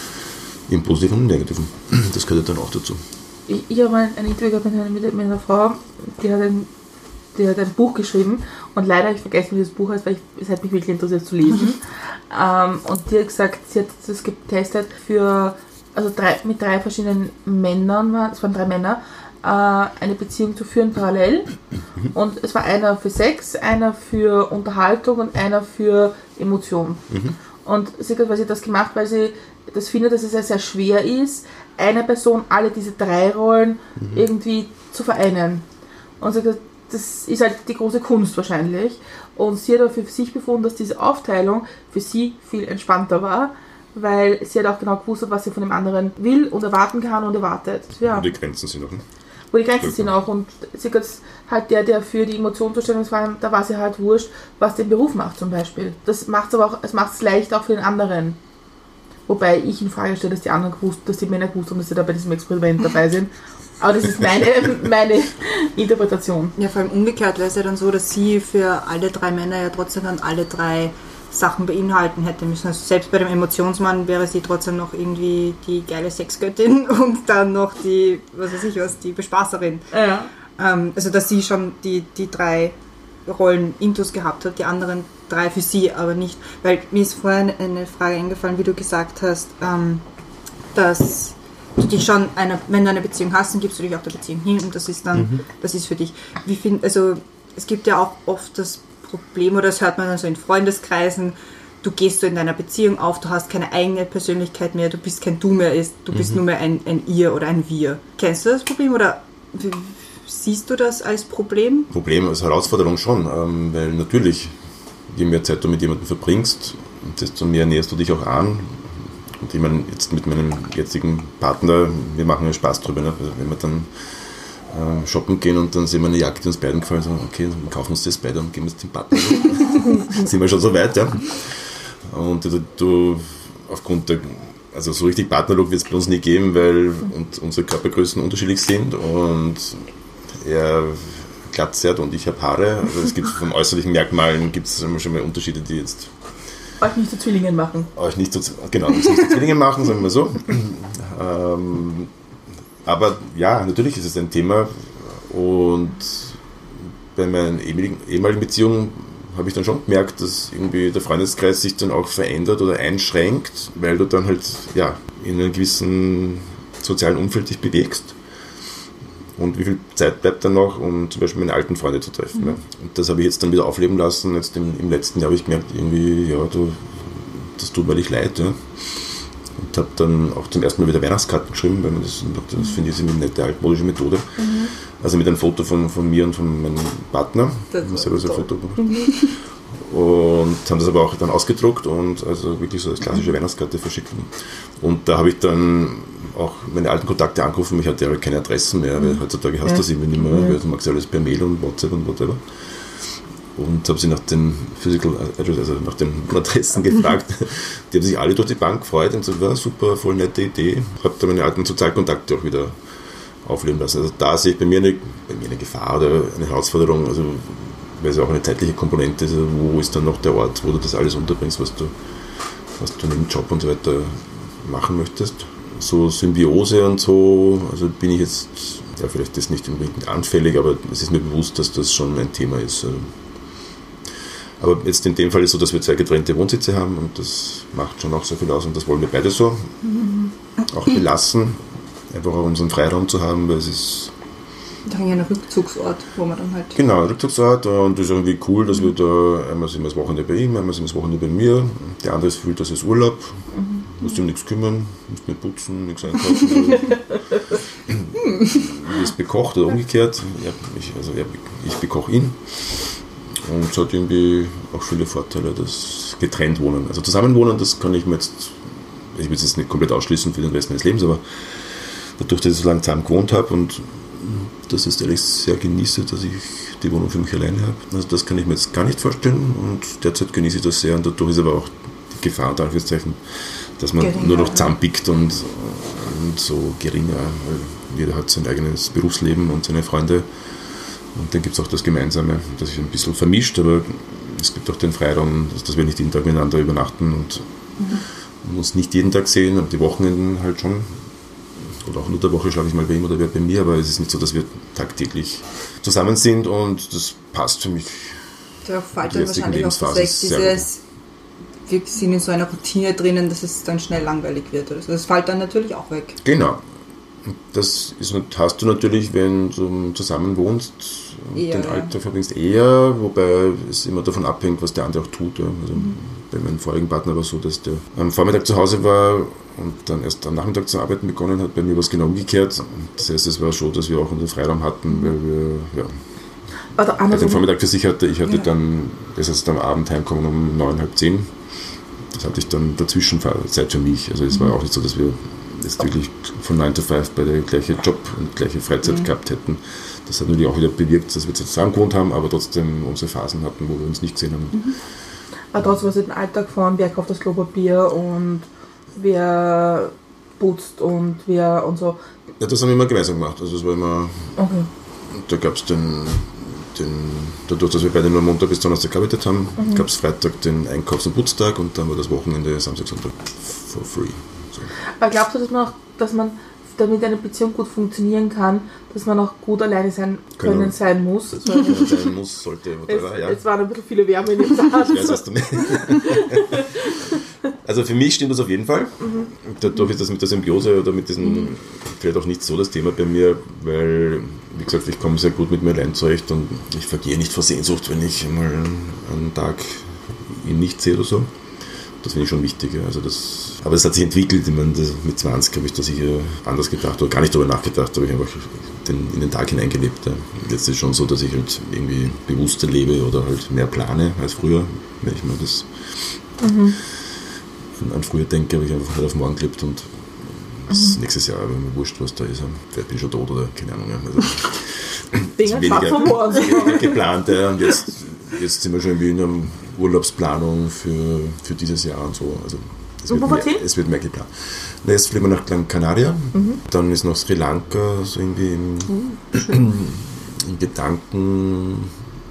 Im Positiven und im Negativen. Das gehört dann auch dazu. Ich, ich habe mal ein Interview gehabt mit einer, mit einer Frau, die hat ein Die hat ein Buch geschrieben und leider habe ich vergessen, wie das Buch heißt, weil ich, es hat mich wirklich interessiert zu lesen. Mhm. Ähm, und die hat gesagt, sie hat das getestet für, also drei, mit drei verschiedenen Männern, es waren drei Männer, äh, eine Beziehung zu führen parallel. Mhm. Und es war einer für Sex, einer für Unterhaltung und einer für Emotion. Mhm. Und sie hat quasi das gemacht, weil sie das findet, dass es sehr, sehr schwer ist, einer Person alle diese drei Rollen mhm. irgendwie zu vereinen. Und sie hat gesagt, das ist halt die große Kunst wahrscheinlich. Und sie hat aber für sich befunden, dass diese Aufteilung für sie viel entspannter war, weil sie hat auch genau gewusst, was sie von dem anderen will und erwarten kann und erwartet. Ja. Wo die Grenzen sind auch. Ne? Wo die Grenzen sind auch. Und sie hat halt der, der für die Emotionen zuständig war, da war sie halt wurscht, was den Beruf macht zum Beispiel. Das macht es aber auch, es macht es leicht auch für den anderen. Wobei ich in Frage stelle, dass die anderen gewusst, dass die Männer gewusst haben, dass sie da bei diesem Experiment dabei sind. Aber das ist meine, meine Interpretation. Ja, vor allem umgekehrt wäre es ja dann so, dass sie für alle drei Männer ja trotzdem dann alle drei Sachen beinhalten hätte müssen. Also selbst bei dem Emotionsmann wäre sie trotzdem noch irgendwie die geile Sexgöttin und dann noch die, was weiß ich was, die Bespaßerin. Ja. Ähm, also dass sie schon die, die drei Rollen intus gehabt hat, die anderen drei für sie aber nicht. Weil mir ist vorher eine Frage eingefallen, wie du gesagt hast, ähm, dass du dich schon, eine, wenn du eine Beziehung hast, dann gibst du dich auch der Beziehung hin und das ist dann, mhm. das ist für dich. Wie find, also es gibt ja auch oft das Problem, oder das hört man dann so in Freundeskreisen, du gehst so in deiner Beziehung auf, du hast keine eigene Persönlichkeit mehr, du bist kein Du mehr, ist, du bist mhm. nur mehr ein, ein Ihr oder ein Wir. Kennst du das Problem oder wie, siehst du das als Problem? Problem als Herausforderung schon, ähm, weil natürlich, je mehr Zeit du mit jemandem verbringst, desto mehr näherst du dich auch an. Und ich meine, jetzt mit meinem jetzigen Partner, wir machen ja Spaß drüber, ne? Also wenn wir dann äh, shoppen gehen und dann sehen wir eine Jacke, die uns beiden gefällt, und sagen, okay, dann kaufen wir uns das beide und geben es dem Partner. Sind wir schon so weit, ja. Und du, du aufgrund der, also so richtig Partnerlook wird es bei uns nie geben, weil und unsere Körpergrößen unterschiedlich sind und er Glatze hat und ich habe Haare. Also es gibt vom äußerlichen Merkmalen gibt es schon mal Unterschiede, die jetzt euch nicht zu Zwillingen machen. Euch nicht zu, genau, nicht zu Zwillingen machen, sagen wir so. Ähm, aber ja, natürlich ist es ein Thema und bei meinen ehemaligen Beziehungen habe ich dann schon gemerkt, dass irgendwie der Freundeskreis sich dann auch verändert oder einschränkt, weil du dann halt ja, in einem gewissen sozialen Umfeld dich bewegst. Und wie viel Zeit bleibt dann noch, um zum Beispiel meine alten Freunde zu treffen. Mhm. Ne? Und das habe ich jetzt dann wieder aufleben lassen. Jetzt im, im letzten Jahr habe ich gemerkt, irgendwie, ja, du, das tut mir nicht leid. Ja? Und habe dann auch zum ersten Mal wieder Weihnachtskarten geschrieben, weil man das, das mhm. finde ich eine nette altmodische Methode. Mhm. Also mit einem Foto von, von mir und von meinem Partner. Das ich selber so ein Foto gemacht. Mhm. Und haben das aber auch dann ausgedruckt und also wirklich so als klassische Weihnachtskarte verschickt. Und da habe ich dann auch meine alten Kontakte angerufen, ich hatte ja keine Adressen mehr, weil heutzutage hast du das immer nicht mehr, weil du magst ja alles per Mail und WhatsApp und whatever. Und habe sie nach den Physical, also nach den Adressen gefragt. Die haben sich alle durch die Bank gefreut und gesagt, ja, super, voll nette Idee. Habe dann meine alten Sozialkontakte auch wieder aufleben lassen. Also da sehe ich bei mir eine, bei mir eine Gefahr oder eine Herausforderung, also weil es auch eine zeitliche Komponente ist, also wo ist dann noch der Ort, wo du das alles unterbringst, was du, was du neben Job und so weiter machen möchtest. So Symbiose und so, also bin ich jetzt, ja vielleicht ist nicht unbedingt anfällig, aber es ist mir bewusst, dass das schon ein Thema ist. Aber jetzt in dem Fall ist es so, dass wir zwei getrennte Wohnsitze haben und das macht schon auch sehr viel aus und das wollen wir beide so auch belassen, einfach auch unseren Freiraum zu haben, weil es ist dann ja ein Rückzugsort, wo man dann halt... Genau, ein Rückzugsort und das ist irgendwie cool, dass wir da, einmal sind wir das Wochenende bei ihm, einmal sind wir das Wochenende bei mir, der andere fühlt, das ist Urlaub, mhm. musst du um nichts kümmern, musst nicht putzen, nichts einkaufen. Ist bekocht oder umgekehrt, er, ich, also er, ich bekoche ihn und es hat irgendwie auch viele Vorteile, das getrennt wohnen. Also zusammenwohnen, das kann ich mir jetzt, ich will es jetzt nicht komplett ausschließen für den Rest meines Lebens, aber dadurch, dass ich so lange zusammen gewohnt habe und das ist ehrlich sehr genieße, dass ich die Wohnung für mich alleine habe. Also das kann ich mir jetzt gar nicht vorstellen und derzeit genieße ich das sehr und dadurch ist aber auch die Gefahr, unter Anführungszeichen, dass man geringer, nur noch zusammenpickt und, und so geringer, weil jeder hat sein eigenes Berufsleben und seine Freunde und dann gibt es auch das Gemeinsame, das ist ein bisschen vermischt, aber es gibt auch den Freiraum, dass wir nicht jeden Tag miteinander übernachten und mhm. uns nicht jeden Tag sehen, aber die Wochenenden halt schon. Oder auch unter der Woche schlafe ich mal bei ihm oder wer bei mir, aber es ist nicht so, dass wir tagtäglich zusammen sind und das passt für mich. Da fällt dann wahrscheinlich auch das weg, dieses, wir sind in so einer Routine drinnen, dass es dann schnell langweilig wird. Oder so. Das fällt dann natürlich auch weg. Genau. Das ist, hast du natürlich, wenn du zusammen wohnst und eher, den Alltag verbringst, eher, wobei es immer davon abhängt, was der andere auch tut. Ja. Also mhm. Bei meinem vorigen Partner war es so, dass der am Vormittag zu Hause war und dann erst am Nachmittag zu arbeiten begonnen hat. Bei mir war es genau umgekehrt. Das heißt, es war schon, dass wir auch unseren Freiraum hatten, weil wir, ja, also er den Vormittag für sich hatte. Ich hatte ja. dann, das heißt am Abend heimkommen um neun, halb zehn. Das hatte ich dann dazwischen Zeit für mich. Also es mhm. war auch nicht so, dass wir jetzt wirklich von neun to fünf bei der gleichen Job und gleiche Freizeit mhm. gehabt hätten. Das hat natürlich auch wieder bewirkt, dass wir jetzt zusammen gewohnt haben, aber trotzdem unsere Phasen hatten, wo wir uns nicht gesehen haben. Mhm. Aber trotzdem was in den Alltag fahren, wer kauft das Klopapier und wer putzt und wer und so. Ja, das haben wir immer gemeinsam gemacht. Also es war immer, Okay. da gab es den, den, dadurch, dass wir beide nur Montag bis Donnerstag gearbeitet haben, Mhm. gab es Freitag den Einkaufs- und Putztag und dann war das Wochenende Samstag, Sonntag for free. So. Aber glaubst du, dass man, auch, dass man, damit eine Beziehung gut funktionieren kann, dass man auch gut alleine sein können, Können. sein muss? Das So, sein muss, sollte, jetzt, whatever, ja. jetzt waren ein bisschen viele Wärme in dem Satz. Ich weiß, was du meinst. Also für mich stimmt das auf jeden Fall. Dadurch ist das mit der Symbiose oder mit diesem vielleicht auch nicht so das Thema bei mir, weil, wie gesagt, ich komme sehr gut mit mir allein zurecht und ich vergehe nicht vor Sehnsucht, wenn ich mal einen Tag ihn nicht sehe oder so. Das finde ich schon wichtig. Ja. Also das, aber es hat sich entwickelt. Ich meine, das, mit zwanzig habe ich da sicher anders gedacht oder gar nicht darüber nachgedacht, da habe ich einfach den, in den Tag hineingelebt. Ja. Jetzt ist es schon so, dass ich halt irgendwie bewusster lebe oder halt mehr plane als früher, wenn ich mal das Mhm. an, an früher denke, habe ich einfach halt auf morgen gelebt und das Mhm. nächstes Jahr, wenn mir wurscht, was da ist. Vielleicht bin ich schon tot oder keine Ahnung. Ja. Also, Dinge schwarz vom Morgen. weniger geplant, ja. Und jetzt, jetzt sind wir schon in einer Urlaubsplanung für, für dieses Jahr und so. Also es, Und wird wo mehr, geht's hin? es wird mehr geplant. Na, jetzt fliegen wir nach Gran Canaria, Mhm. dann ist noch Sri Lanka so irgendwie im, in Gedanken,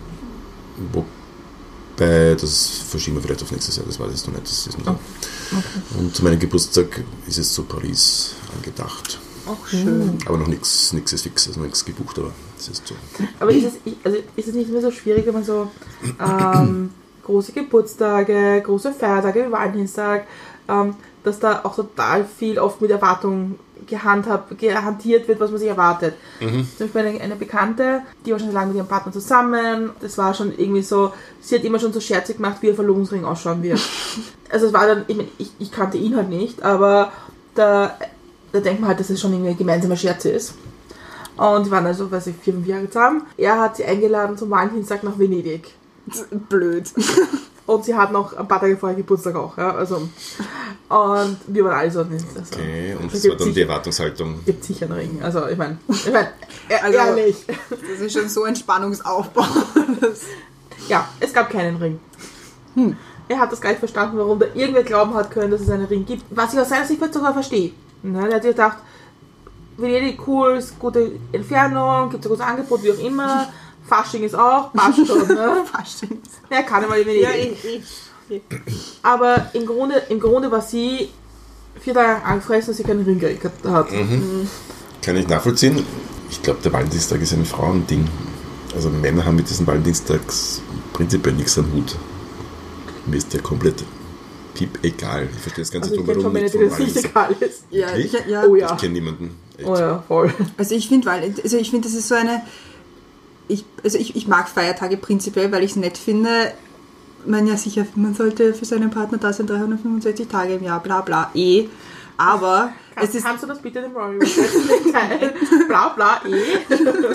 wobei das verschieben wir vielleicht auf nächstes Jahr, das weiß ich jetzt noch nicht. Das ist noch so. Okay. Und zu meinem Geburtstag ist es so Paris angedacht. Auch schön. Aber noch nichts nichts ist fix, also nichts gebucht, aber es ist so. Aber ist es, also ist es nicht immer so schwierig, wenn man so ähm, große Geburtstage, große Feiertage wie Valentinstag, ähm, dass da auch total viel oft mit Erwartungen gehandhabt, gehantiert wird, was man sich erwartet. Mhm. Zum Beispiel eine, eine Bekannte, die war schon lange mit ihrem Partner zusammen. Das war schon irgendwie so, sie hat immer schon so scherzig gemacht, wie ihr Verlobungsring ausschauen wird. Also es war dann, ich, mein, ich, ich kannte ihn halt nicht, aber da, da denkt man halt, dass es schon irgendwie ein gemeinsamer Scherz ist. Und die waren also, weiß ich, vier, fünf Jahre zusammen. Er hat sie eingeladen zum Valentinstag nach Venedig. Blöd. Und sie hat noch ein paar Tage vorher Geburtstag auch. Ja, also. Und wir waren alle so nicht. Also, Okay, und da das war gibt's dann die sicher- Erwartungshaltung. gibt sicher einen Ring. Also ich meine, ich mein, Also- ehrlich. Das ist schon so ein Spannungsaufbau. Das Ja, es gab keinen Ring. Er hat das gar nicht verstanden, warum da irgendwer glauben hat können, dass es einen Ring gibt. Was ich aus seiner Sicht sogar verstehe. Ne? Der hat sich gedacht, Venedig cool, ist gute Entfernung, gibt es ein gutes Angebot, wie auch immer. Fasching ist auch, passt schon. Ne? Fasching. Ja, kann mal in Venedig. Ja, eh, eh. Aber im Grunde, im Grunde war sie vier Tage angefressen, dass sie keinen Ring gekriegt hat. Mhm. Kann ich nachvollziehen. Ich glaube, der Valentinstag ist ein Frauending. Also Männer haben mit diesen Valentinstags prinzipiell nichts am Hut. Mir ist der komplett piep egal. Ich verstehe das ganze Also ich kenne schon drumherum Männer, nicht. die vom das nicht Valentinstag. egal ist. Ja, Wirklich? ich, ja. Oh ja. Ich kenne niemanden. Echt. Oh ja, voll. Also ich finde, weil, also ich finde, das ist so eine, ich, also ich, ich mag Feiertage prinzipiell, weil ich es nett finde. Man ja sicher, man sollte für seinen Partner da sein, dreihundertfünfundsechzig Tage im Jahr, bla bla, eh. Aber Kann, es ist, kannst du das bitte dem Rory mitteilen? Bla bla, eh.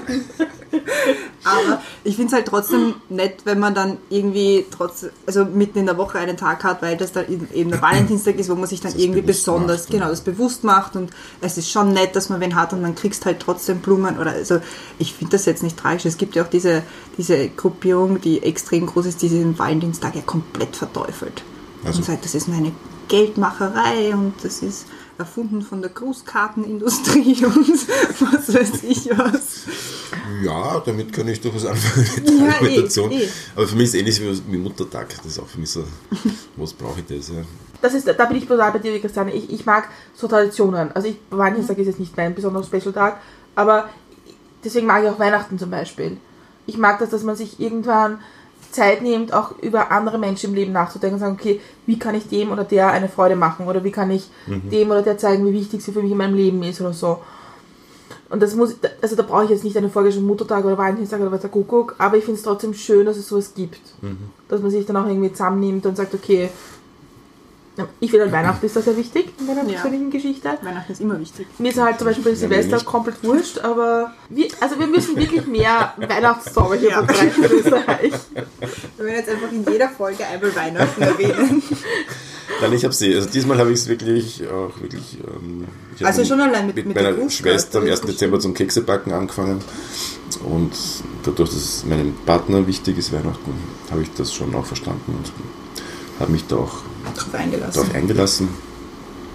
aber ich finde es halt trotzdem nett, wenn man dann irgendwie trotz, also mitten in der Woche einen Tag hat, weil das dann eben der Valentinstag ist, wo man sich dann Das irgendwie bewusst besonders, macht, ja. genau, das bewusst macht und es ist schon nett, dass man wen hat und dann kriegst halt trotzdem Blumen oder, also ich finde das jetzt nicht tragisch. Es gibt ja auch diese, diese Gruppierung, die extrem groß ist, die diesen Valentinstag ja komplett verteufelt. Also. Und sagt, das ist nur eine Geldmacherei und das ist erfunden von der Grußkartenindustrie und was weiß ich was. Ja, damit kann ich durchaus anfangen mit der Ja, Argumentation. eh, eh. Aber für mich ist es ähnlich wie, wie Muttertag. Das ist auch für mich so, was brauche ich das? Ja. Das ist, da bin ich total bei dir, Christiane. Ich, ich mag so Traditionen. Also ich, Valentinstag ist jetzt nicht mein besonderer Special-Tag, aber deswegen mag ich auch Weihnachten zum Beispiel. Ich mag das, dass man sich irgendwann Zeit nimmt, auch über andere Menschen im Leben nachzudenken und sagen, okay, wie kann ich dem oder der eine Freude machen oder wie kann ich Mhm. dem oder der zeigen, wie wichtig sie für mich in meinem Leben ist oder so. Und das muss, also da brauche ich jetzt nicht einen vorgeschriebenen Muttertag oder Valentinstag oder was der Kuckuck, aber ich finde es trotzdem schön, dass es sowas gibt. Mhm. Dass man sich dann auch irgendwie zusammennimmt und sagt, okay, ich finde, an Weihnachten ist das sehr wichtig in meiner Ja. persönlichen Geschichte. Weihnachten ist immer wichtig. Mir ist halt zum Beispiel Ja, Silvester nicht. komplett wurscht, aber wir, also wir müssen wirklich mehr Weihnachtszauber hier Ja. verbreiten in Österreich. Wir werden jetzt einfach in jeder Folge einmal Weihnachten erwähnen. Nein, ich habe sie. Also diesmal habe ich es wirklich auch wirklich. Ähm, ich hab Also schon allein mit- mit, mit der meiner Grußkarte, Schwester am das ersten ist Dezember zum Keksebacken angefangen. Und dadurch, dass es meinem Partner wichtig ist, Weihnachten, habe ich das schon auch verstanden und habe mich da auch Drauf eingelassen. darauf eingelassen.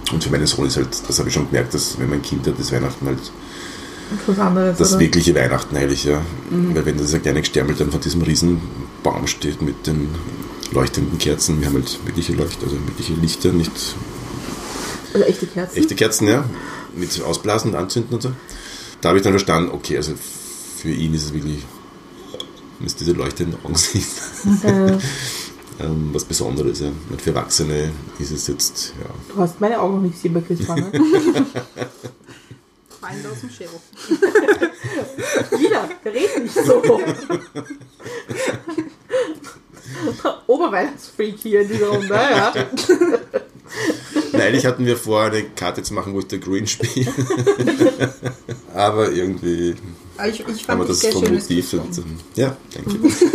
Und für meinen Sohn ist halt, das habe ich schon gemerkt, dass wenn man ein Kind hat, ist Weihnachten halt was anderes, das oder? wirkliche Weihnachten eigentlich, ja. Mhm. Weil wenn das ein kleiner Gestärmel dann vor diesem riesen Baum steht mit den leuchtenden Kerzen, wir haben halt wirkliche Leuchter, also wirkliche Lichter, nicht Also echte Kerzen? echte Kerzen, ja, mit Ausblasen, Anzünden und so. Da habe ich dann verstanden, okay, also für ihn ist es wirklich, wenn es diese leuchtenden Augen sieht, Ja. ähm, was Besonderes, ja. Und für Erwachsene ist es jetzt, ja. Du hast meine Augen noch nicht gesehen bei Christmann. Fallen aus dem Sheriff. Wieder, red nicht so. Oberweihnachtsfreak hier in dieser Runde, ja. Nein, eigentlich hatten wir vor, eine Karte zu machen, wo ich der Green spiele. Aber irgendwie Aber ich, ich haben fand wir das das sehr vom schönes Motiv. Christbaum. Und, ja, danke.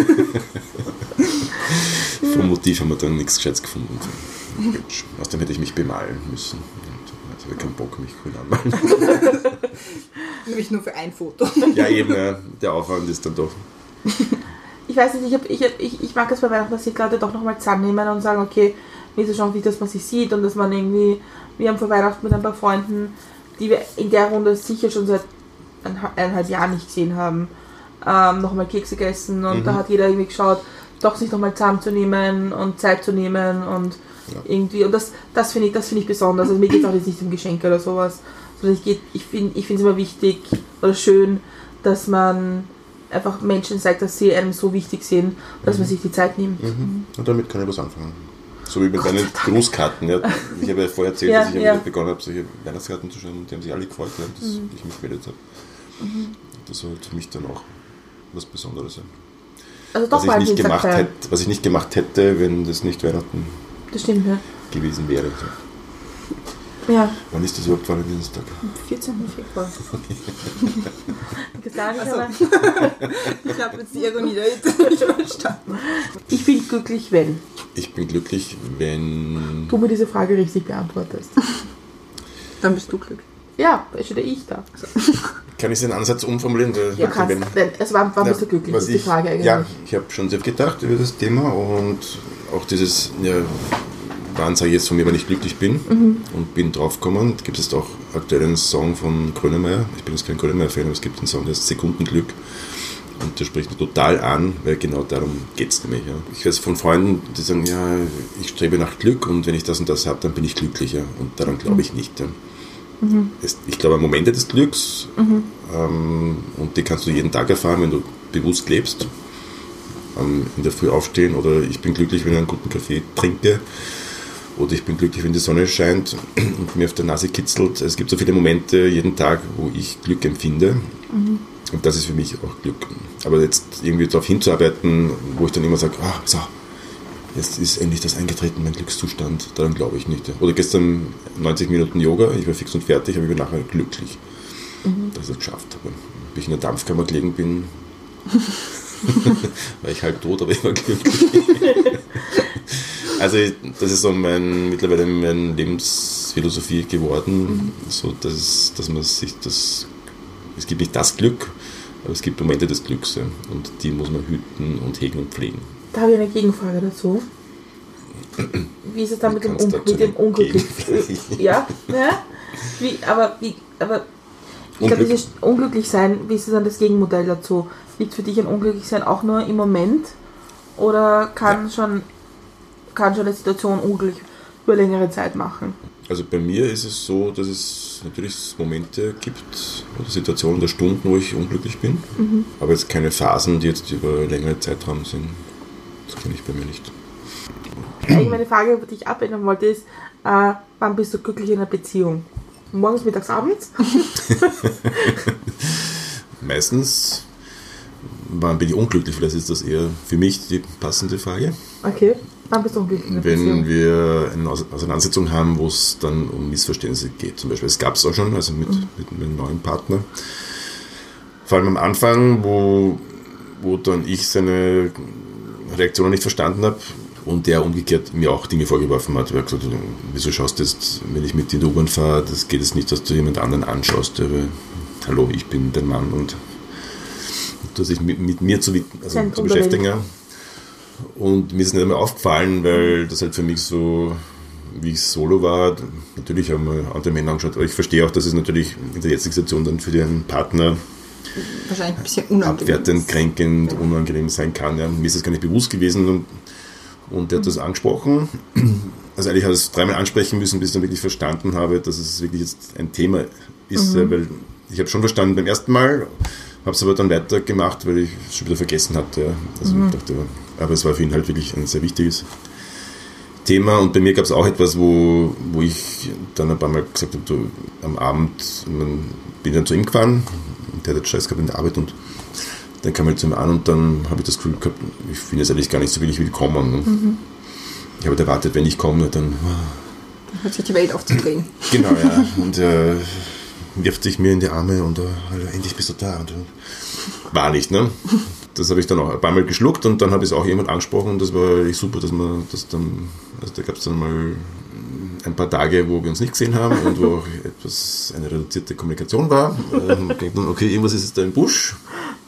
Vom Motiv haben wir dann nichts Gescheites gefunden. Außerdem hätte ich mich bemalen müssen. Also ich habe keinen Bock, mich grün anmalen. Nämlich nur für ein Foto. Ja, eben, ja, der Aufwand ist dann doch. Ich weiß nicht, ich, hab, ich, hab, ich, ich mag es bei Weihnachten, dass die Leute doch nochmal zusammennehmen und sagen, okay, mir ist es schon wichtig, dass man sich sieht und dass man irgendwie, wir haben vor Weihnachten mit ein paar Freunden, die wir in der Runde sicher schon seit eineinhalb Jahren nicht gesehen haben, ähm, nochmal Kekse gegessen und Mhm. da hat jeder irgendwie geschaut, doch sich nochmal zusammenzunehmen und Zeit zu nehmen und Ja. irgendwie, und das, das finde ich, das finde ich besonders. Also mir geht es auch jetzt nicht um Geschenke oder sowas, sondern ich, geht, ich finde ich finde es immer wichtig oder schön, dass man einfach Menschen zeigt, dass sie einem so wichtig sind, dass man sich die Zeit nimmt. Mhm. Und damit kann ich was anfangen. So wie mit meinen Grußkarten. Ja. Ich habe ja vorher erzählt, Ja, dass ich ja. ja. begonnen habe, solche Weihnachtskarten zu schreiben und die haben sich alle gefreut, ja, dass Mhm. ich mich gemeldet habe. Das war halt für mich dann auch was Besonderes. Ja. Also doch Was, ich mal nicht gemacht feiern. hätte, was ich nicht gemacht hätte, wenn das nicht Weihnachten Das stimmt, ja. gewesen wäre. Ja, Wann ist das überhaupt Valentinstag? vierzehnten Februar. ich sagen, Also. aber Ich habe jetzt die Ironie da jetzt schon verstanden. ich bin glücklich, wenn Ich bin glücklich, wenn... du mir diese Frage richtig beantwortest. Dann bist du glücklich. Ja, da steht ja ich da. Kann ich den Ansatz umformulieren? Ja, kannst, wenn, denn, es war, wann Ja, bist du glücklich, was ist die ich- Frage eigentlich. Ja, ich habe schon sehr viel gedacht über das Thema und auch dieses, ja, wann sage ich jetzt von mir, wenn ich glücklich bin Mhm. und bin draufgekommen. Gibt es auch aktuell einen Song von Grönemeyer. Ich bin jetzt kein Grönemeyer-Fan, aber es gibt einen Song, der heißt Sekundenglück. Und der spricht mich total an, weil genau darum geht es nämlich. Ja. Ich weiß von Freunden, die sagen, ja, ich strebe nach Glück und wenn ich das und das habe, dann bin ich glücklicher. Und daran glaube ich nicht. Ja. Mhm. Es, ich glaube an Momente des Glücks ähm, und die kannst du jeden Tag erfahren, wenn du bewusst lebst. Ähm, in der Früh aufstehen oder ich bin glücklich, wenn ich einen guten Kaffee trinke. Oder ich bin glücklich, wenn die Sonne scheint und mir auf der Nase kitzelt. Es gibt so viele Momente jeden Tag, wo ich Glück empfinde. Mhm. Und das ist für mich auch Glück. Aber jetzt irgendwie darauf hinzuarbeiten, wo ich dann immer sage, ah, so, jetzt ist endlich das eingetreten, mein Glückszustand, daran glaube ich nicht. Ja. Oder gestern neunzig Minuten Yoga, ich war fix und fertig, aber ich bin nachher glücklich, Mhm. dass ich das geschafft habe. Bis ich in der Dampfkammer gelegen bin, war ich halb tot, aber ich war glücklich. Also das ist so mein, mittlerweile meine Lebensphilosophie geworden, Mhm. so dass, dass man sich das, es gibt nicht das Glück, aber es gibt Momente des Glücks, ja, und die muss man hüten und hegen und pflegen. Da habe ich eine Gegenfrage dazu. Wie ist es dann Wie mit dem, kannst Un du dazu mit dem eine Unglück? Gegenfrage? Ja, ja. Wie, aber wie, aber ich glaube, Unglück. dieses Unglücklichsein, wie ist es dann das Gegenmodell dazu? Liegt für dich ein Unglücklichsein auch nur im Moment? Oder kann, schon, kann schon eine Situation unglücklich über längere Zeit machen? Also bei mir ist es so, dass es natürlich Momente gibt oder Situationen oder Stunden, wo ich unglücklich bin, Mhm. aber jetzt keine Phasen, die jetzt über längere Zeitraum sind. Das kenne ich bei mir nicht. Eigentlich meine Frage, die ich abändern wollte, ist, äh, wann bist du glücklich in einer Beziehung? Morgens, mittags, abends? Meistens, wann bin ich unglücklich? Vielleicht ist das eher für mich die passende Frage. Okay. Wann bist du unglücklich in einer Beziehung? Wenn wir eine Aus- Auseinandersetzung haben, wo es dann um Missverständnisse geht. Zum Beispiel, es gab es auch schon, also mit, Mhm. mit meinem neuen Partner. Vor allem am Anfang, wo, wo dann ich seine Reaktionen nicht verstanden habe und der umgekehrt mir auch Dinge vorgeworfen hat. Er hat gesagt, wieso schaust du jetzt, wenn ich mit dir in der U-Bahn fahre, das geht es nicht, dass du jemand anderen anschaust. Aber, hallo, ich bin dein Mann und du hast dich mit, mit mir zu, also, Zentrum zu der beschäftigen. Ja. Und mir ist nicht einmal aufgefallen, weil das halt für mich so wie ich solo war, natürlich haben wir andere Männer angeschaut, aber ich verstehe auch, dass es natürlich in der jetzigen Situation dann für den Partner wahrscheinlich ein bisschen unangenehm abwertend, kränkend, ja. unangenehm sein kann. Ja. Mir ist das gar nicht bewusst gewesen und, und er hat das angesprochen. Also eigentlich habe ich es dreimal ansprechen müssen, bis ich dann wirklich verstanden habe, dass es wirklich jetzt ein Thema ist, mhm. ja, weil ich habe schon verstanden beim ersten Mal, habe es aber dann weitergemacht, weil ich es schon wieder vergessen hatte. Ja. Also mhm. ich dachte, aber es war für ihn halt wirklich ein sehr wichtiges Thema und bei mir gab es auch etwas, wo, wo ich dann ein paar Mal gesagt habe, du, am Abend man, bin dann zu ihm gefahren, der hat Scheiß gehabt in der Arbeit und dann kam er zu mir an und dann habe ich das Gefühl gehabt, ich finde es eigentlich gar nicht so wirklich willkommen. Ne? Mhm. Ich habe erwartet, wenn ich komme, dann dann hört sich die Welt aufzudrehen. Genau, ja. Und äh, wirft sich mir in die Arme und äh, endlich bist du da. Und, äh, war nicht, ne? Das habe ich dann auch ein paar Mal geschluckt und dann habe ich es auch jemand angesprochen und das war echt super, dass man das dann, also da gab es dann mal ein paar Tage, wo wir uns nicht gesehen haben und wo auch etwas eine reduzierte Kommunikation war. Ähm, okay, irgendwas ist jetzt da im Busch.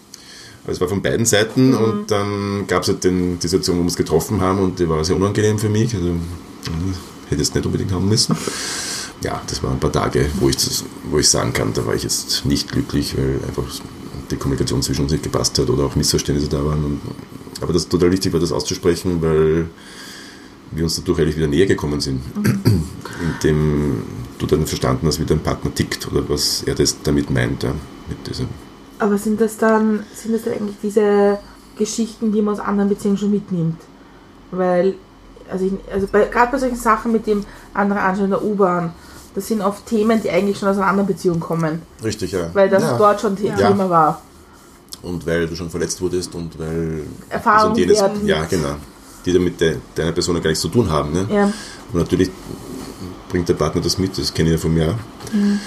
Es war von beiden Seiten mhm. und dann gab es halt den, die Situation, wo wir uns getroffen haben und die war sehr unangenehm für mich. Also, hätte es nicht unbedingt haben müssen. Ja, das waren ein paar Tage, wo ich, das, wo ich sagen kann, da war ich jetzt nicht glücklich, weil einfach die Kommunikation zwischen uns nicht gepasst hat oder auch Missverständnisse da waren. Und, aber das total wichtig war, das auszusprechen, weil wir uns dadurch eigentlich wieder näher gekommen sind. Mhm. Indem du dann verstanden hast, wie dein Partner tickt oder was er das damit meint. Ja, mit diesem Aber sind das dann sind das dann eigentlich diese Geschichten, die man aus anderen Beziehungen schon mitnimmt? Weil, also, ich, also bei, gerade bei solchen Sachen mit dem anderen anschauen in der U-Bahn, das sind oft Themen, die eigentlich schon aus einer anderen Beziehung kommen. Richtig, ja. Weil das ja. dort schon ja. Thema war. Und weil du schon verletzt wurdest und weil Erfahrungen also jenes, werden. Ja, genau. Die dann mit de, deiner Person gar nichts zu tun haben. Ne? Ja. Und natürlich bringt der Partner das mit, das kenne ich ja von mir auch. Mhm.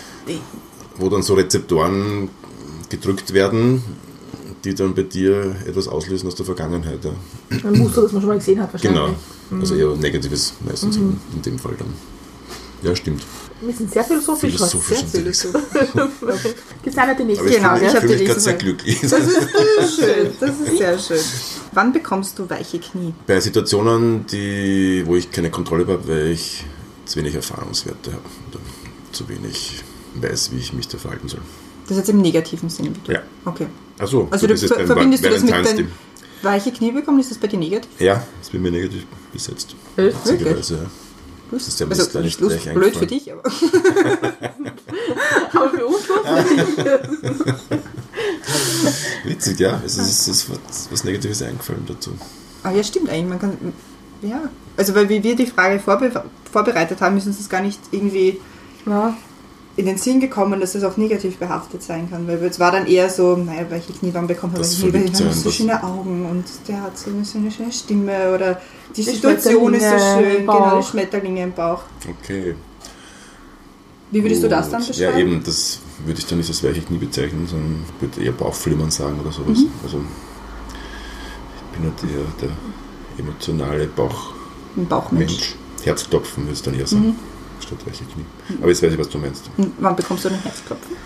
Wo dann so Rezeptoren gedrückt werden, die dann bei dir etwas auslösen aus der Vergangenheit. Ja. Ein Muster, das man schon mal gesehen hat wahrscheinlich. Genau, mhm. also eher Negatives meistens mhm. in, in dem Fall dann. Ja, stimmt. Wir sind sehr philosophisch. Philosophisch sehr philosophisch. Gibt es eine, die nächste? Aber ich genau, fühle ich habe mich die gerade sehr nächste. glücklich. Das ist schön, das ist sehr schön. Wann bekommst du weiche Knie? Bei Situationen, die, wo ich keine Kontrolle habe, weil ich zu wenig Erfahrungswerte habe oder zu wenig weiß, wie ich mich da verhalten soll. Das ist jetzt im negativen Sinne? Ja. Okay. Achso, also du ver- verbindest du das mit deinem weiche Knie bekommen? Ist das bei dir negativ? Ja, das ist bei mir negativ besetzt. Witzigerweise, ja. Das ist ja also nicht lustig, blöd für dich, aber... aber für uns lustig. Witzig, ja. Es ist, es ist was, was Negatives eingefallen dazu. Ah ja, stimmt eigentlich. Man kann... Ja. Also weil wie wir die Frage vorbe- vorbereitet haben, ist uns das gar nicht irgendwie... Ja. in den Sinn gekommen, dass das auch negativ behaftet sein kann, weil es war dann eher so, naja, welche Kniewangen bekommt er, welche Kniewangen haben so schöne Augen und der hat so eine, so eine schöne Stimme oder die, die Situation ist so schön, genau, die Schmetterlinge im Bauch. Okay. Wie würdest und, du das dann beschreiben? Ja eben, das würde ich dann nicht als weiche Knie bezeichnen, sondern würde eher Bauchflimmern sagen oder sowas. Mhm. Also ich bin halt eher der emotionale Bauch Bauchmensch. Herzklopfen würde ich dann eher sagen. Mhm. Statt weiche Knie. Aber jetzt weiß ich, was du meinst. Und wann bekommst du ein Herzklopfen?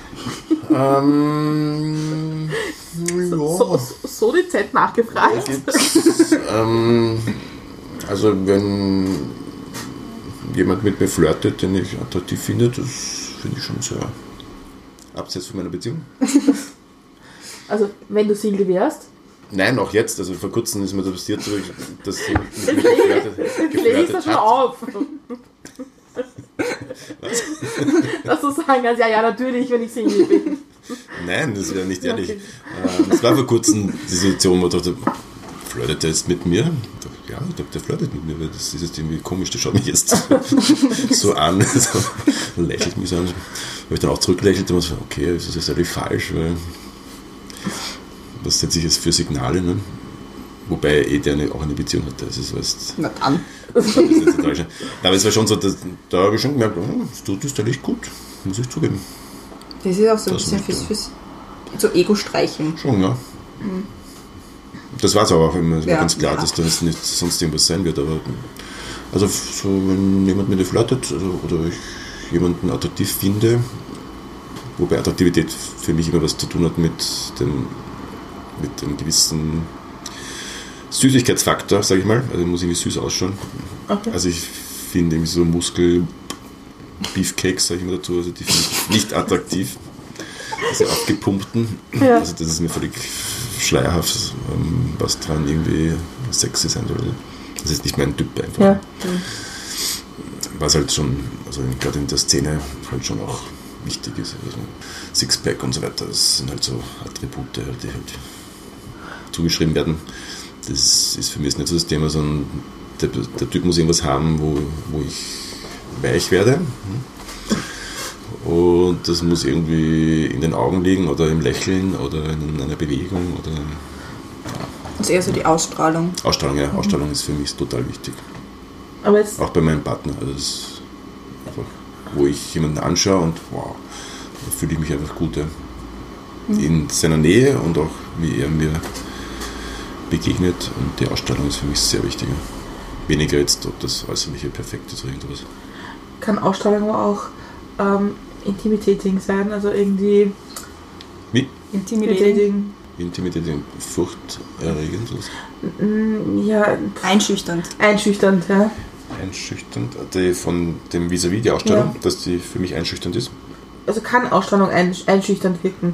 ähm, ja. so, so, so die Zeit nachgefragt. ähm, also wenn jemand mit mir flirtet, den ich attraktiv finde, das finde ich schon sehr abseits von meiner Beziehung. Also wenn du Single wärst? Nein, auch jetzt. Also vor kurzem ist mir das passiert, dass jemand mit mir geflirtet, geflirtet hat. Schon auf. Was? Dass du sagen kannst, ja, ja, natürlich, wenn ich Single bin. Nein, das wäre nicht ehrlich. Okay. Ähm, es war vor kurzem die Situation, wo ich dachte, flirtet er jetzt mit mir? Ich dachte, ja, ich glaube, der flirtet mit mir, weil das ist jetzt irgendwie komisch, der schaut mich jetzt so an. So, dann lächelt mich so an. Habe ich dann auch zurückgelächelt und so, okay, das ist jetzt eigentlich falsch, weil was setze ich jetzt für Signale, ne? Wobei eh der eine, auch eine Beziehung hatte. Also es war jetzt, na dann. Das ist jetzt aber es war schon so, dass, da habe ich schon gemerkt, oh, das tut das eigentlich gut, muss ich zugeben. Das ist auch so ein das bisschen fürs, fürs so Ego-Streicheln. Schon, ja. Mhm. Das war es aber auch immer, es war ja, ganz klar, ja. dass das nicht sonst irgendwas sein wird. Aber also so, wenn jemand mit mir flirtet also, oder ich jemanden attraktiv finde, wobei Attraktivität für mich immer was zu tun hat mit dem, mit einem gewissen Süßigkeitsfaktor, sage ich mal. Also muss irgendwie süß ausschauen. Okay. Also ich finde irgendwie so Muskel Beefcakes, sage ich immer dazu, also die finde ich nicht attraktiv. Diese abgepumpten. Ja. Also das ist mir völlig schleierhaft, ähm, was dran irgendwie sexy sein soll. Das ist nicht mein Typ einfach. Ja. Was halt schon, also gerade in der Szene halt schon auch wichtig ist. Also Sixpack und so weiter, das sind halt so Attribute, die halt zugeschrieben werden. Das ist für mich nicht so das Thema, sondern der, der Typ muss irgendwas haben, wo, wo ich weich werde. Und das muss irgendwie in den Augen liegen oder im Lächeln oder in einer Bewegung. Oder, ja. Das ist eher so die Ausstrahlung. Ausstrahlung, ja. Ausstrahlung ist für mich total wichtig. Aber jetzt, Auch bei meinem Partner. Also das ist einfach, wo ich jemanden anschaue und wow, da fühle ich mich einfach gut. Ja. In seiner Nähe und auch wie er mir begegnet. Und die Ausstrahlung ist für mich sehr wichtig. Weniger jetzt, ob das Äußerliche perfekt ist oder irgendwas. kann Ausstrahlung aber auch ähm, intimidating sein, also irgendwie Wie? Intimidating. Intimidating, furchterregend, sowas. Mm, ja, Einschüchternd. einschüchternd, ja. Einschüchternd. Die von dem Vis-à-vis, die Ausstrahlung, Ja. dass die für mich einschüchternd ist. Also kann Ausstrahlung ein, einschüchternd wirken,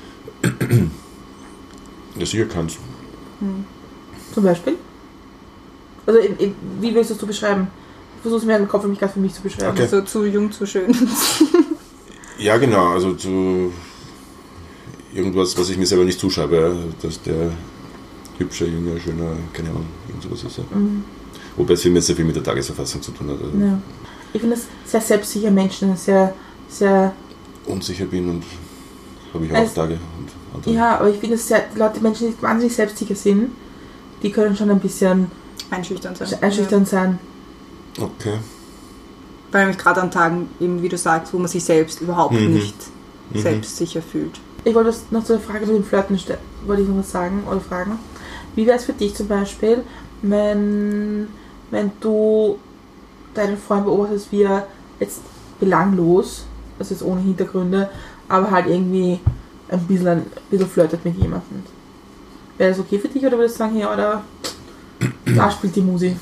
Ja, sicher kann's. zum Beispiel. Also in, in, wie willst du es du beschreiben? Ich versuche es mir im Kopf für mich gerade für mich zu beschreiben. Okay. So zu jung, zu schön. Ja, genau, also zu irgendwas, was ich mir selber nicht zuschreibe, ja, dass der hübscher, jünger, schöner, keine Ahnung, irgend sowas ist. Ja. Mhm. Wobei es für mich sehr viel mit der Tagesverfassung zu tun hat. Also Ja. Ich finde das sehr selbstsicher Menschen, sehr, sehr, unsicher bin und habe ich auch Also- Tage. Und andere. ja, aber ich finde es sehr, Leute, Menschen, die wahnsinnig selbstsicher sind, die können schon ein bisschen Einschüchternd sein. einschüchternd sein. Okay. Vor allem gerade an Tagen, eben wie du sagst, wo man sich selbst überhaupt Mhm. nicht Mhm. selbstsicher fühlt. Ich wollte das noch zu der Frage mit dem Flirten stellen, wollte ich noch was sagen oder fragen. Wie wäre es für dich zum Beispiel, wenn, wenn du deinen Freund beobachtest, wie er jetzt belanglos, also jetzt ohne Hintergründe, aber halt irgendwie ein bisschen, ein bisschen flirtet mit jemandem? Wäre das okay für dich oder würdest du sagen, ja, oder da spielt die Musi?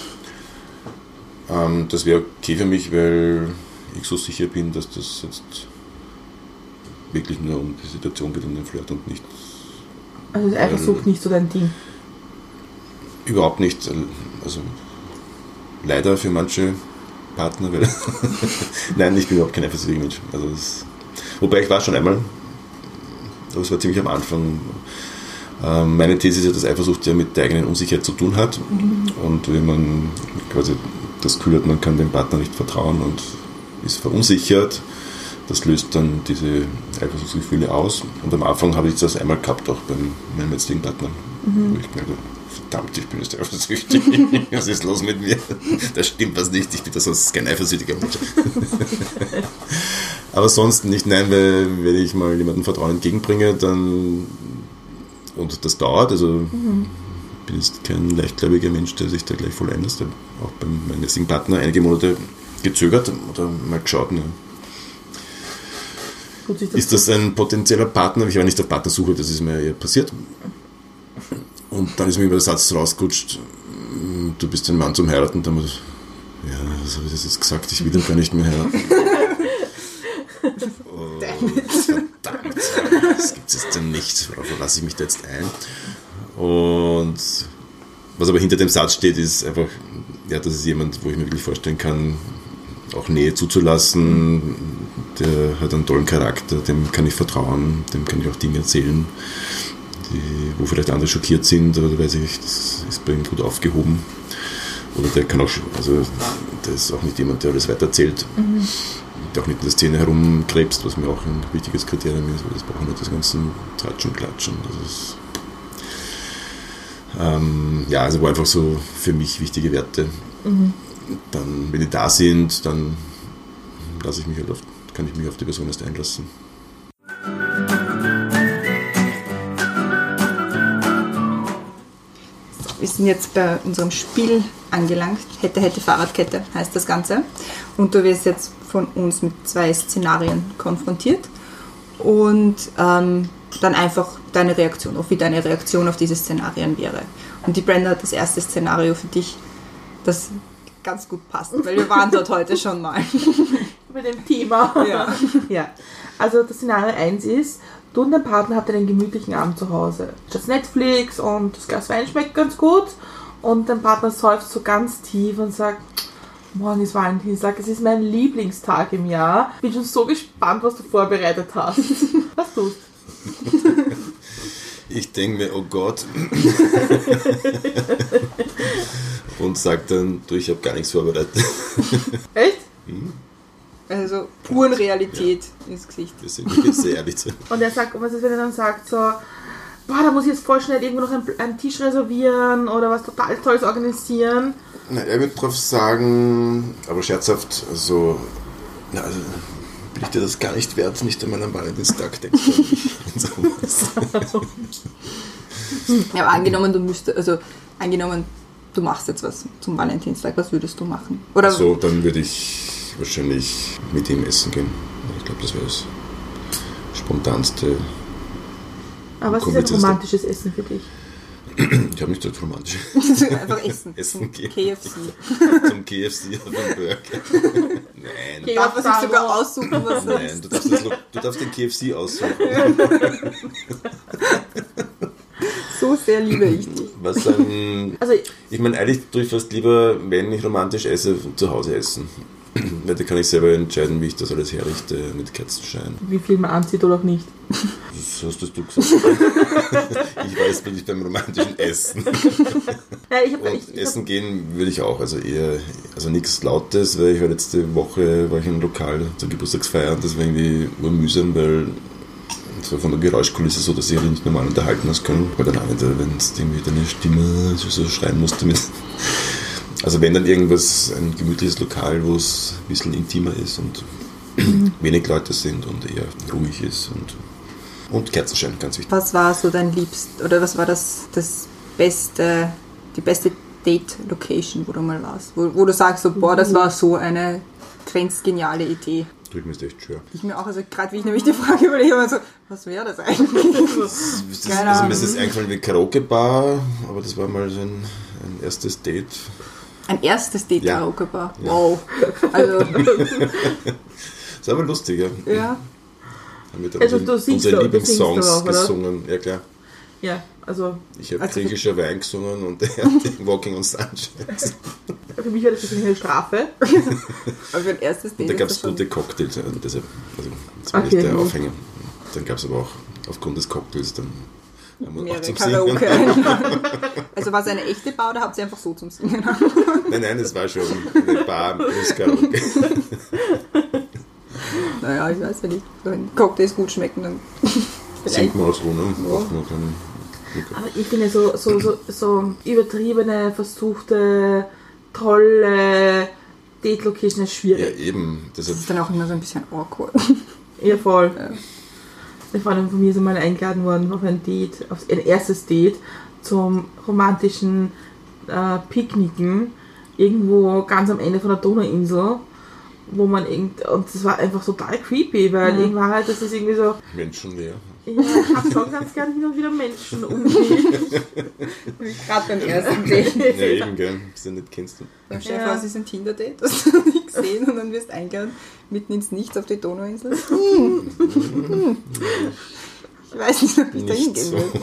Ähm, das wäre okay für mich, weil ich so sicher bin, dass das jetzt wirklich nur um die Situation geht, um den Flirt und nicht Also ist Eifersucht nicht so dein Ding. überhaupt nicht. Also leider für manche Partner, weil nein, ich bin überhaupt kein eifersüchtiger Mensch. Also das, wobei ich war schon einmal, aber es war ziemlich am Anfang. Ähm, meine These ist ja, dass Eifersucht ja mit der eigenen Unsicherheit zu tun hat. Und wenn man quasi das Gefühl hat, man kann dem Partner nicht vertrauen und ist verunsichert, das löst dann diese Eifersuchtsgefühle aus. Und am Anfang habe ich das einmal gehabt, auch bei meinem jetzigen Partner. Wo ich gemerkt habe, verdammt, ich bin jetzt eifersüchtig. Was ist los mit mir? Da stimmt was nicht, ich bin da sonst kein eifersüchtiger Mensch. Aber sonst nicht, nein, weil wenn ich mal jemandem Vertrauen entgegenbringe, dann und das dauert, also ich bin jetzt kein leichtgläubiger Mensch, der sich da gleich voll einlässt. Ich habe auch bei meinem jetzigen Partner einige Monate gezögert oder mal geschaut. Ne. Tut sich das Ist das ein potenzieller Partner? Ich war nicht auf Partnersuche, das ist mir eher passiert. Und dann ist mir über der Satz rausgerutscht, du bist ein Mann zum Heiraten. Dann muss ich, ja, was habe ich das jetzt gesagt? Ich will dann gar nicht mehr heiraten. Oh, verdammt, das gibt es jetzt denn nicht. Worauf lasse ich mich da jetzt ein? Und was aber hinter dem Satz steht, ist einfach, ja, das ist jemand, wo ich mir wirklich vorstellen kann, auch Nähe zuzulassen. Der hat einen tollen Charakter, dem kann ich vertrauen, dem kann ich auch Dinge erzählen, die, wo vielleicht andere schockiert sind, aber da weiß ich, das ist bei ihm gut aufgehoben. Oder der kann auch, also der ist auch nicht jemand, der alles weitererzählt, mhm. der auch nicht in der Szene herumkrebst, was mir auch ein wichtiges Kriterium ist, weil das braucht nicht das ganze Tratschen und Klatschen. Das ist, ähm, ja, also wo einfach so für mich wichtige Werte. Mhm. Dann, wenn die da sind, dann lasse ich mich halt auf, kann ich mich auf die Person erst einlassen. Wir sind jetzt bei unserem Spiel angelangt. Hätte, hätte, Fahrradkette heißt das Ganze. Und du wirst jetzt von uns mit zwei Szenarien konfrontiert. Und ähm, dann einfach deine Reaktion, auf wie deine Reaktion auf diese Szenarien wäre. Und die Brenda hat das erste Szenario für dich, das ganz gut passen, weil wir waren dort heute schon mal. Bei dem Thema. Ja. Ja. Also das Szenario eins ist, du und dein Partner habt einen gemütlichen Abend zu Hause. Das Netflix und das Glas Wein schmeckt ganz gut und dein Partner seufzt so ganz tief und sagt, morgen ist Valentinstag, es ist mein Lieblingstag im Jahr. Bin schon so gespannt, was du vorbereitet hast. Was tust du? Ich denke mir, oh Gott. Und sag dann, du, ich habe gar nichts vorbereitet. Echt? Also puren Realität ja. ins Gesicht. Wir sind wirklich sehr ehrlich drin. Und er sagt, was ist, wenn er dann sagt, so, boah, da muss ich jetzt voll schnell irgendwo noch einen, einen Tisch reservieren oder was total Tolles organisieren. Na, er wird drauf sagen, aber scherzhaft, also, na, also bin ich dir das gar nicht wert, nicht an meinem Valentinstag denkst du an mich und sowas. Ja, aber angenommen, du müsstest, also angenommen, du machst jetzt was zum Valentinstag, was würdest du machen? Oder so, dann würde ich wahrscheinlich mit ihm essen gehen. Ich glaube, das wäre das spontanste. Aber was ist ein romantisches Essen für dich? Ich habe nicht so romantisch. Einfach essen. Essen gehen. K F C. Zum K F C auf den Burger. Nein. Okay, darf man sich sogar aussuchen, was du Nein, du darfst, das, du darfst den K F C aussuchen. So sehr liebe ich dich. Was dann, Also, ich meine, eigentlich tue ich fast lieber, wenn ich romantisch esse, zu Hause essen. Weil da kann ich selber entscheiden, wie ich das alles herrichte mit Kerzenschein. wie viel man anzieht oder auch nicht. Das hast das du gesagt. Ich weiß nicht beim romantischen Essen. Ja, ich hab, Und ich, ich essen gehen würde ich auch, also eher, also nichts Lautes, weil ich war letzte Woche war ich in einem Lokal zur Geburtstagsfeier und das war irgendwie nur mühsam, weil es war von der Geräuschkulisse so, dass ich nicht normal unterhalten hast können. Aber dann auch nicht, wenn es irgendwie deine Stimme so schreien musste mit. Also wenn dann irgendwas, ein gemütliches Lokal, wo es ein bisschen intimer ist und mhm. wenig Leute sind und eher ruhig ist und, und Kerzenschein, ganz wichtig. Was war so dein Liebst, oder was war das, das beste, die beste Date-Location, wo du mal warst? Wo, wo du sagst, so, boah, das war so eine grenzgeniale Idee. Tut mir echt schwer. Ich mir auch, also gerade wie ich nämlich die Frage überlege, immer so, was wäre das eigentlich? Das, das, also mir ist das eingefallen wie Karaoke-Bar, aber das war mal so ein, ein erstes Date. Ein erstes Date Ja. Karaoke-Bar? Ja. Wow. Also, Das war aber lustig, ja. ja. Haben wir dann Also unsere, du singst unsere da- du singst Lieblingssongs da auch, oder? gesungen. Ja klar. Ja, also Ich habe Also- griechischer Wein gesungen und er hat Walking on Sunshine. für mich war das eine Strafe. Aber für ein erstes Date Und da ist gab das es schon- gute Cocktails. Also deshalb, also das war Okay, nicht der gut. Aufhänger. Dann gab es aber auch aufgrund des Cocktails dann haben wir auch mehrere zum Karaoke Singen. einladen. Also war es eine echte Bar oder habt ihr einfach so zum Singen? Nein, nein, das war schon eine Bar plus Karaoke. Naja, ich weiß ja nicht. Wenn Cocktails gut schmecken, dann vielleicht. Singt man auch so, ne? Braucht man keinen Glück. Aber ich finde so, so, so, so übertriebene, versuchte, tolle Date-Location ist Ja, schwierig. eben. Das Deshalb, ist dann auch immer so ein bisschen awkward. Ja, voll. Ja. Eine Freundin von mir ist einmal eingeladen worden auf ein Date, auf ein erstes Date zum romantischen äh, Picknicken irgendwo ganz am Ende von der Donauinsel, wo man irgend und das war einfach total creepy, weil Mhm. irgendwann halt, das ist irgendwie so, menschenleer. ja, ich hab schon ganz gern hin und wieder Menschen um mich. Gerade beim ersten Date. Ja, eben, gell. Bis du nicht kennst. Beim Chef Ja. war es ist ein Tinder-Date, das hast du nicht gesehen und dann wirst eingeladen mitten ins Nichts auf die Donauinsel. Hm. Hm. Ich weiß nicht, ob ich da Nicht hingehen so. will.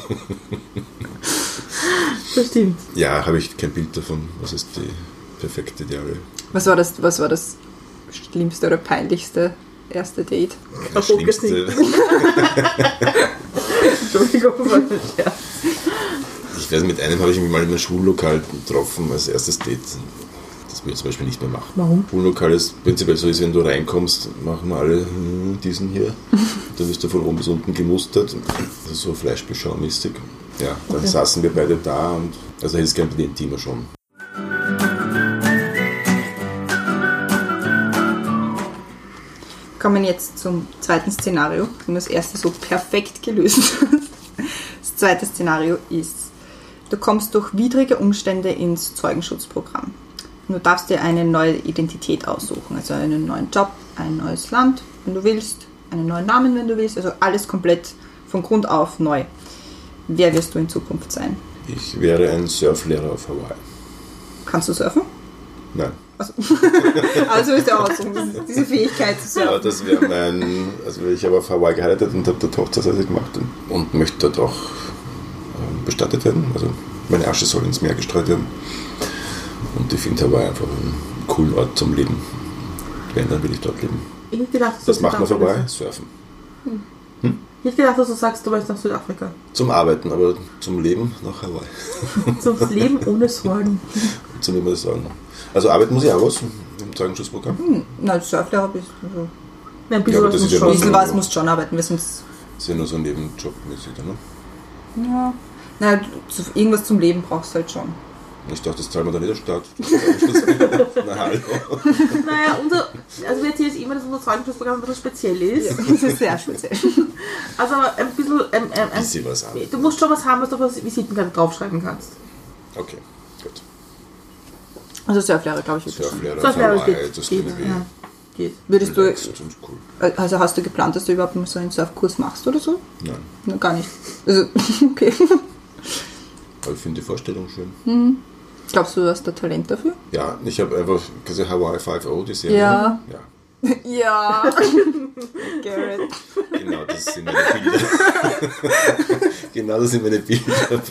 Das stimmt. Ja, habe ich kein Bild davon. Was ist die perfekte Ideale? Was war das, was war das schlimmste oder peinlichste erste Date? Das Karaoke Schlimmste. Entschuldigung, war ein Scherz. Ich weiß, mit einem habe ich mich mal in einem Schullokal getroffen als erstes Date. Das würde ich zum Beispiel nicht mehr machen. Warum? Schullokal ist prinzipiell so, ist, wenn du reinkommst, machen wir alle hm, diesen hier. Dann wirst du von oben bis unten gemustert. Also so Fleischbeschaumäßig. Ja, dann Okay. saßen wir beide da und also ist kein bisschen intimer schon. Kommen jetzt zum zweiten Szenario, wenn du das erste so perfekt gelöst hast. Das zweite Szenario ist, du kommst durch widrige Umstände ins Zeugenschutzprogramm. Und du darfst dir eine neue Identität aussuchen, also einen neuen Job, ein neues Land, wenn du willst, einen neuen Namen, wenn du willst, also alles komplett von Grund auf neu. Wer wirst du in Zukunft sein? Ich wäre ein Surflehrer auf Hawaii. Kannst du surfen? Nein. Also, also ist ja auch so, diese Fähigkeit zu Ja, surfen. das wäre mein. Also ich habe auf Hawaii geheiratet und habe dort Hochzeitsreise gemacht und, und möchte dort auch ähm, bestattet werden. Also meine Asche soll ins Meer gestreut werden. Und ich finde Hawaii einfach einen coolen Ort zum Leben. Wenn, dann will ich dort leben. Ich hätte gedacht, dass Das du macht man auf Südafrika Hawaii, bist. surfen. Ich hätte gedacht, dass du sagst, du willst nach Südafrika. Zum Arbeiten, aber zum Leben nach Hawaii. Zum Leben ohne Sorgen. So wie man das sagen. Also arbeiten muss ich auch was im Zeugenschutzprogramm. Hm, na, als Surflehrer bist du so. Nein, ein Ja, bisschen aber was das muss ist ja schon. Ein nur bisschen so- was musst schon arbeiten, weil sonst. Das ist ja nur so ein Nebenjob-mäßig, ne? Ja. Na, zu, irgendwas zum Leben brauchst du halt schon. Ich dachte, das zahlen wir dann nicht der Staat. Na hallo. Naja, unser, also wir erzählen jetzt immer, dass unser Zeugenschutzprogramm ein bisschen speziell ist. Das ist sehr speziell. Also aber ein bisschen, ähm, ähm, ein, Bisschen was an. du musst schon was haben, was du auf eine Visitenkarte draufschreiben kannst. Okay, gut. Also Surflehrer, glaube ich, wirklich schon. Surflehrer, Surflehrer Hawaii, geht, das geht, geht ja, geht. Würdest du, relaxed und cool. also hast du geplant, dass du überhaupt mal so einen Surfkurs machst oder so? Nein, Na, gar nicht. Also, okay. aber ich finde die Vorstellung schön. Glaubst du, du hast da Talent dafür? Ja, ich habe einfach gesehen Hawaii fünf O, die Serie. Ja. Ja, Ja. Garrett. genau, das sind meine Bilder. genau, das sind meine Bilder.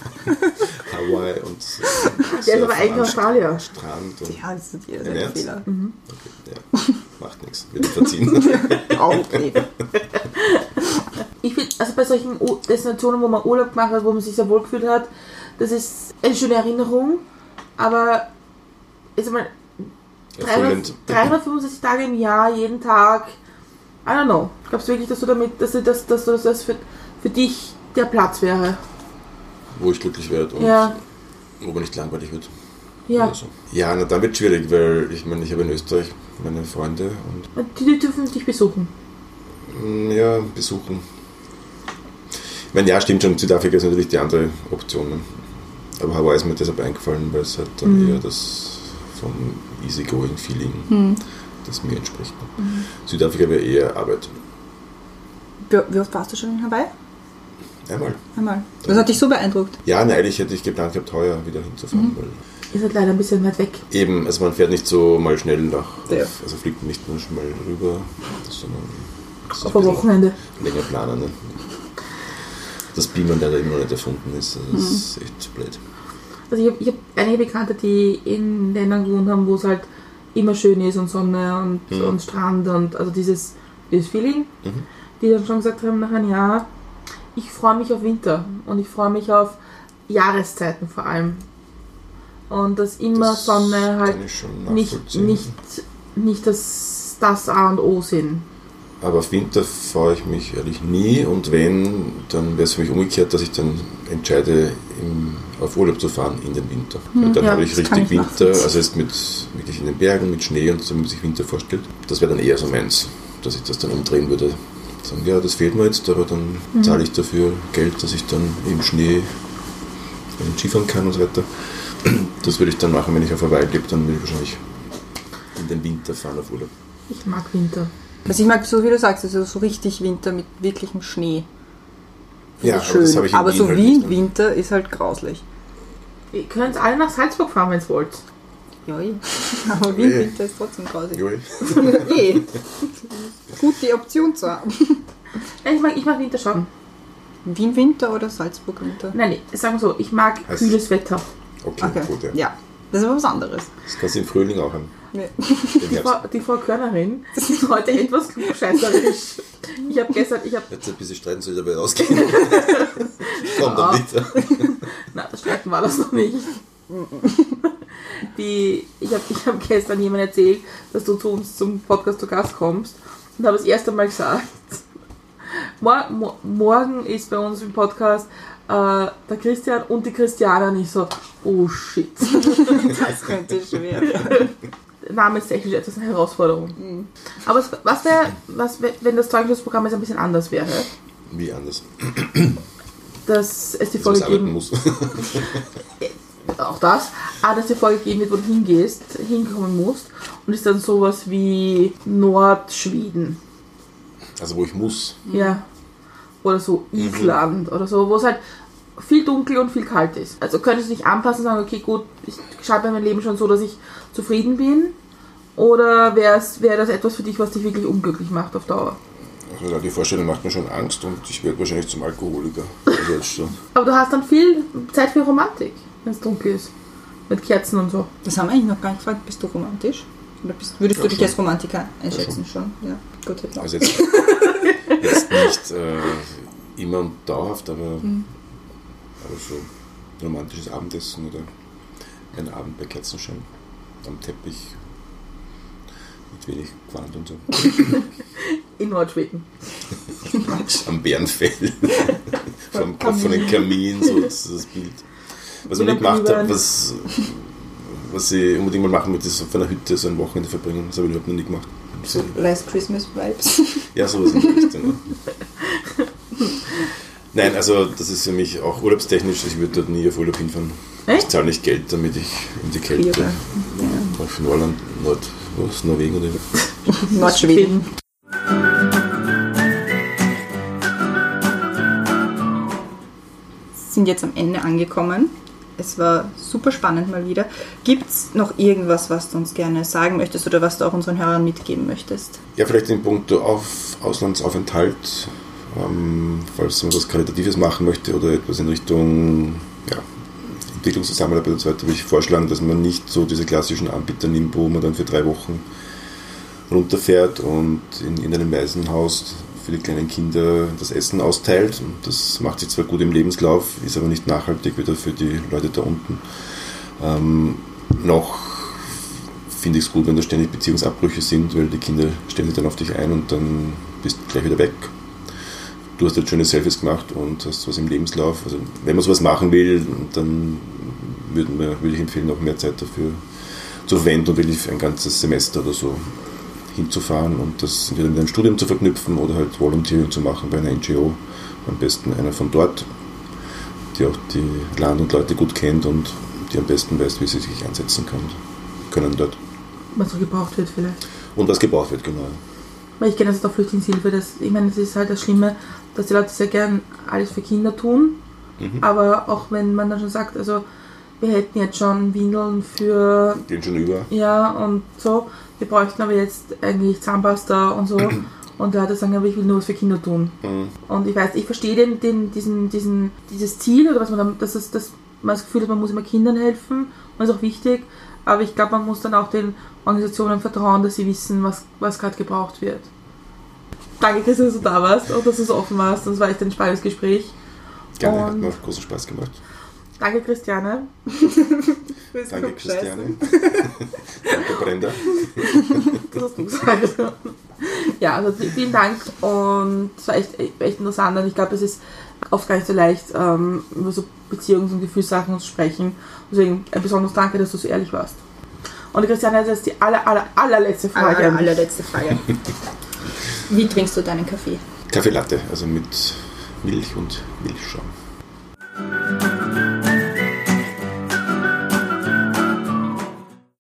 Hawaii und Der ist aber eigentlich Australier. Strand und Ja, das ist jeder Im seine Ernst? Fehler. okay, ja, macht nichts, wird verziehen. Auch okay. Ich finde, also bei solchen U- Destinationen, wo man Urlaub gemacht hat, wo man sich sehr wohl gefühlt hat, das ist eine schöne Erinnerung, aber jetzt mal Erfüllend. dreihundertfünfundsechzig Tage im Jahr, jeden Tag, I don't know. Glaubst du wirklich, dass du damit, dass du das, dass du das für, für dich der Platz wäre? Wo ich glücklich werde und Ja. wo mir nicht langweilig wird. Ja. Oder so. Ja, na, dann wird es schwierig, weil ich meine, ich habe in Österreich meine Freunde und Und die, die dürfen dich besuchen. mm, ja, besuchen. Ich meine, ja, stimmt schon, Südafrika ist natürlich die andere Option. Ne? Aber Hawaii ist mir deshalb eingefallen, weil es halt dann Mhm. eher das vom Easygoing-Feeling, das mir entspricht. Ne? Südafrika wäre eher Arbeit. Wie, wie oft warst du schon in Hawaii? Einmal. Einmal. Was hat dich so beeindruckt? Ja, na, eigentlich hätte ich geplant gehabt, heuer wieder hinzufahren, Mhm. weil Ist halt leider ein bisschen weit weg. eben, also man fährt nicht so mal schnell nach, Ja. auf, also fliegt nicht nur schnell rüber, sondern das ist Auf ein bisschen Wochenende. länger planen. Ne? Das Beamen leider immer noch nicht erfunden ist, das Mhm. ist echt blöd. Also ich habe ich hab einige Bekannte, die in Ländern gewohnt haben, wo es halt immer schön ist und Sonne und, Mhm. und Strand und also dieses, dieses Feeling, Mhm. die dann schon gesagt haben nach einem Jahr, ich freue mich auf Winter und ich freue mich auf Jahreszeiten vor allem. Und dass immer Das Sonne halt kann ich schon nicht, nachvollziehen. nicht, nicht das, das A und O sind. Aber auf Winter freue ich mich ehrlich nie und wenn, dann wäre es für mich umgekehrt, dass ich dann entscheide, im, auf Urlaub zu fahren in den Winter. Weil dann ja, habe ich das kann richtig ich Winter, nachvollziehen. also jetzt mit wirklich in den Bergen, mit Schnee und so, wie man sich Winter vorstellt. Das wäre dann eher so meins, dass ich das dann umdrehen würde. Sagen, ja, das fehlt mir jetzt, aber dann zahle ich dafür Geld, dass ich dann im Schnee äh, Skifahren kann und so weiter. Das würde ich dann machen, wenn ich auf Hawaii lebe, dann würde ich wahrscheinlich in den Winter fahren auf Urlaub. Ich mag Winter. Also ich mag, so wie du sagst, also so richtig Winter mit wirklichem Schnee. Finde Ja, ich aber das schön. habe ich in aber Wien so halt Wien nicht, ne? Winter ist halt grauslich. Ihr könnt alle nach Salzburg fahren, wenn ihr wollt. Ja, eh. Aber Wien Eh. Winter ist trotzdem grausig. Joel? eh. Gut, die Option zu haben. Ja, ich, mag, ich mag Winter schon. Wien Winter oder Salzburg Winter? Nein, nee, sagen wir so, ich mag Heiß. kühles Wetter. Okay, Okay. gut, ja. Ja, das ist aber was anderes. Das kannst du im Frühling auch haben. Nee. Im Die Herbst. Frau, die Frau Körnerin ist heute etwas klugscheißerisch. Ich habe gestern, ich habe, Jetzt ein bisschen streiten soll dabei rausgehen. Komm dann bitte. na, das Streiten war das noch nicht. Die, ich habe ich hab gestern jemandem erzählt, dass du zu uns zum Podcast zu Gast kommst und habe das erste Mal gesagt, mor mo morgen ist bei uns im Podcast äh, der Christian und die Christiana nicht so, oh shit. Das könnte schwer werden. Namenstechnisch etwas eine Herausforderung. Aber es, was wäre, was wär, wenn das Zeugenschutzprogramm jetzt ein bisschen anders wäre? Wie anders. Dass es die Dass man Folge arbeiten geben, muss. auch das, aber dass die Folge geben wird, wo du hingehst, hinkommen musst und ist dann sowas wie Nordschweden. Also wo ich muss. Ja. Oder so Island oder so, wo es halt viel dunkel und viel kalt ist. Also könntest du dich anpassen und sagen, okay gut, ich schreibe mein Leben schon so, dass ich zufrieden bin. Oder wäre wär das etwas für dich, was dich wirklich unglücklich macht auf Dauer? Also die Vorstellung macht mir schon Angst und ich werde wahrscheinlich zum Alkoholiker. Also jetzt schon. Aber du hast dann viel Zeit für Romantik, wenn es dunkel ist. Mit Kerzen und so. Das haben wir eigentlich noch gar nicht gefragt. Bist du romantisch? Oder bist, würdest Ja, du dich schon. als Romantiker einschätzen? Ja, schon. Ja, gut, hätten wir. Also jetzt, jetzt nicht äh, immer und dauerhaft, aber, Mhm. aber so ein romantisches Abendessen oder ein Abend bei Kerzenschein am Teppich mit wenig Quant und so. In Nordschweden. Am Bärenfell, vom offenen Kamin, so das, das Bild. Was ich Mit nicht gemacht einem habe, was, was ich unbedingt mal machen möchte, ist auf einer Hütte so ein Wochenende verbringen. Das habe ich überhaupt noch nie gemacht. So Last Christmas Vibes. Ja, sowas in der Richtung. Ja. Nein, also das ist für mich auch urlaubstechnisch, ich würde dort nie auf Urlaub hinfahren. Echt? Ich zahle nicht Geld, damit ich in die Kälte Friere. auf Norland, Nord, was, Norwegen oder Nordschweden. Sind jetzt am Ende angekommen. Es war super spannend mal wieder. Gibt es noch irgendwas, was du uns gerne sagen möchtest oder was du auch unseren Hörern mitgeben möchtest? Ja, vielleicht den Punkt auf Auslandsaufenthalt, ähm, falls man was Karitatives machen möchte oder etwas in Richtung ja, Entwicklungszusammenarbeit und so weiter, würde ich vorschlagen, dass man nicht so diese klassischen Anbieter nimmt, wo man dann für drei Wochen runterfährt und in, in einem Waisenhaus für die kleinen Kinder das Essen austeilt. Und das macht sich zwar gut im Lebenslauf, ist aber nicht nachhaltig wieder für die Leute da unten. Ähm, noch finde ich es gut, wenn da ständig Beziehungsabbrüche sind, weil die Kinder stellen sich dann auf dich ein und dann bist du gleich wieder weg. Du hast jetzt schöne Selfies gemacht und hast was im Lebenslauf. Also wenn man sowas machen will, dann würde, mir, würde ich empfehlen, noch mehr Zeit dafür zu verwenden und wirklich ein ganzes Semester oder so hinzufahren und das entweder mit einem Studium zu verknüpfen oder halt Volunteering zu machen bei einer N G O. Am besten einer von dort, die auch die Land und Leute gut kennt und die am besten weiß, wie sie sich einsetzen kann, können dort. Was so gebraucht wird vielleicht. Und was gebraucht wird, genau. Weil ich kenne das aus der Flüchtlingshilfe, dass, ich meine, es ist halt das Schlimme, dass die Leute sehr gern alles für Kinder tun, Mhm. aber auch wenn man dann schon sagt, also wir hätten jetzt schon Windeln für, Gehen schon über. ja und so, wir bräuchten aber jetzt eigentlich Zahnpasta und so und der hat dann sagen, aber ich will nur was für Kinder tun. Mhm. Und ich weiß, ich verstehe den, den, diesen, diesen, dieses Ziel, oder was man dann, dass, es, dass man das Gefühl hat, man muss immer Kindern helfen und das ist auch wichtig, aber ich glaube, man muss dann auch den Organisationen vertrauen, dass sie wissen, was, was gerade gebraucht wird. Danke, Chris, dass du da warst und dass du so offen warst. Das war echt ein spannendes Gespräch. Gerne, hat Und- mir großen Spaß gemacht. Danke, Christiane. Danke, Christiane. Danke, Brenda. Das hast du gesagt. Ja, also vielen Dank und es war echt, echt interessant und ich glaube, es ist oft gar nicht so leicht, ähm, über so Beziehungs- und Gefühlssachen zu sprechen. Deswegen ein besonderes Danke, dass du so ehrlich warst. Und die Christiane hat jetzt die aller, aller, allerletzte Frage. Aller, allerletzte Frage. Wie trinkst du deinen Kaffee? Kaffee Latte, also mit Milch und Milchschaum.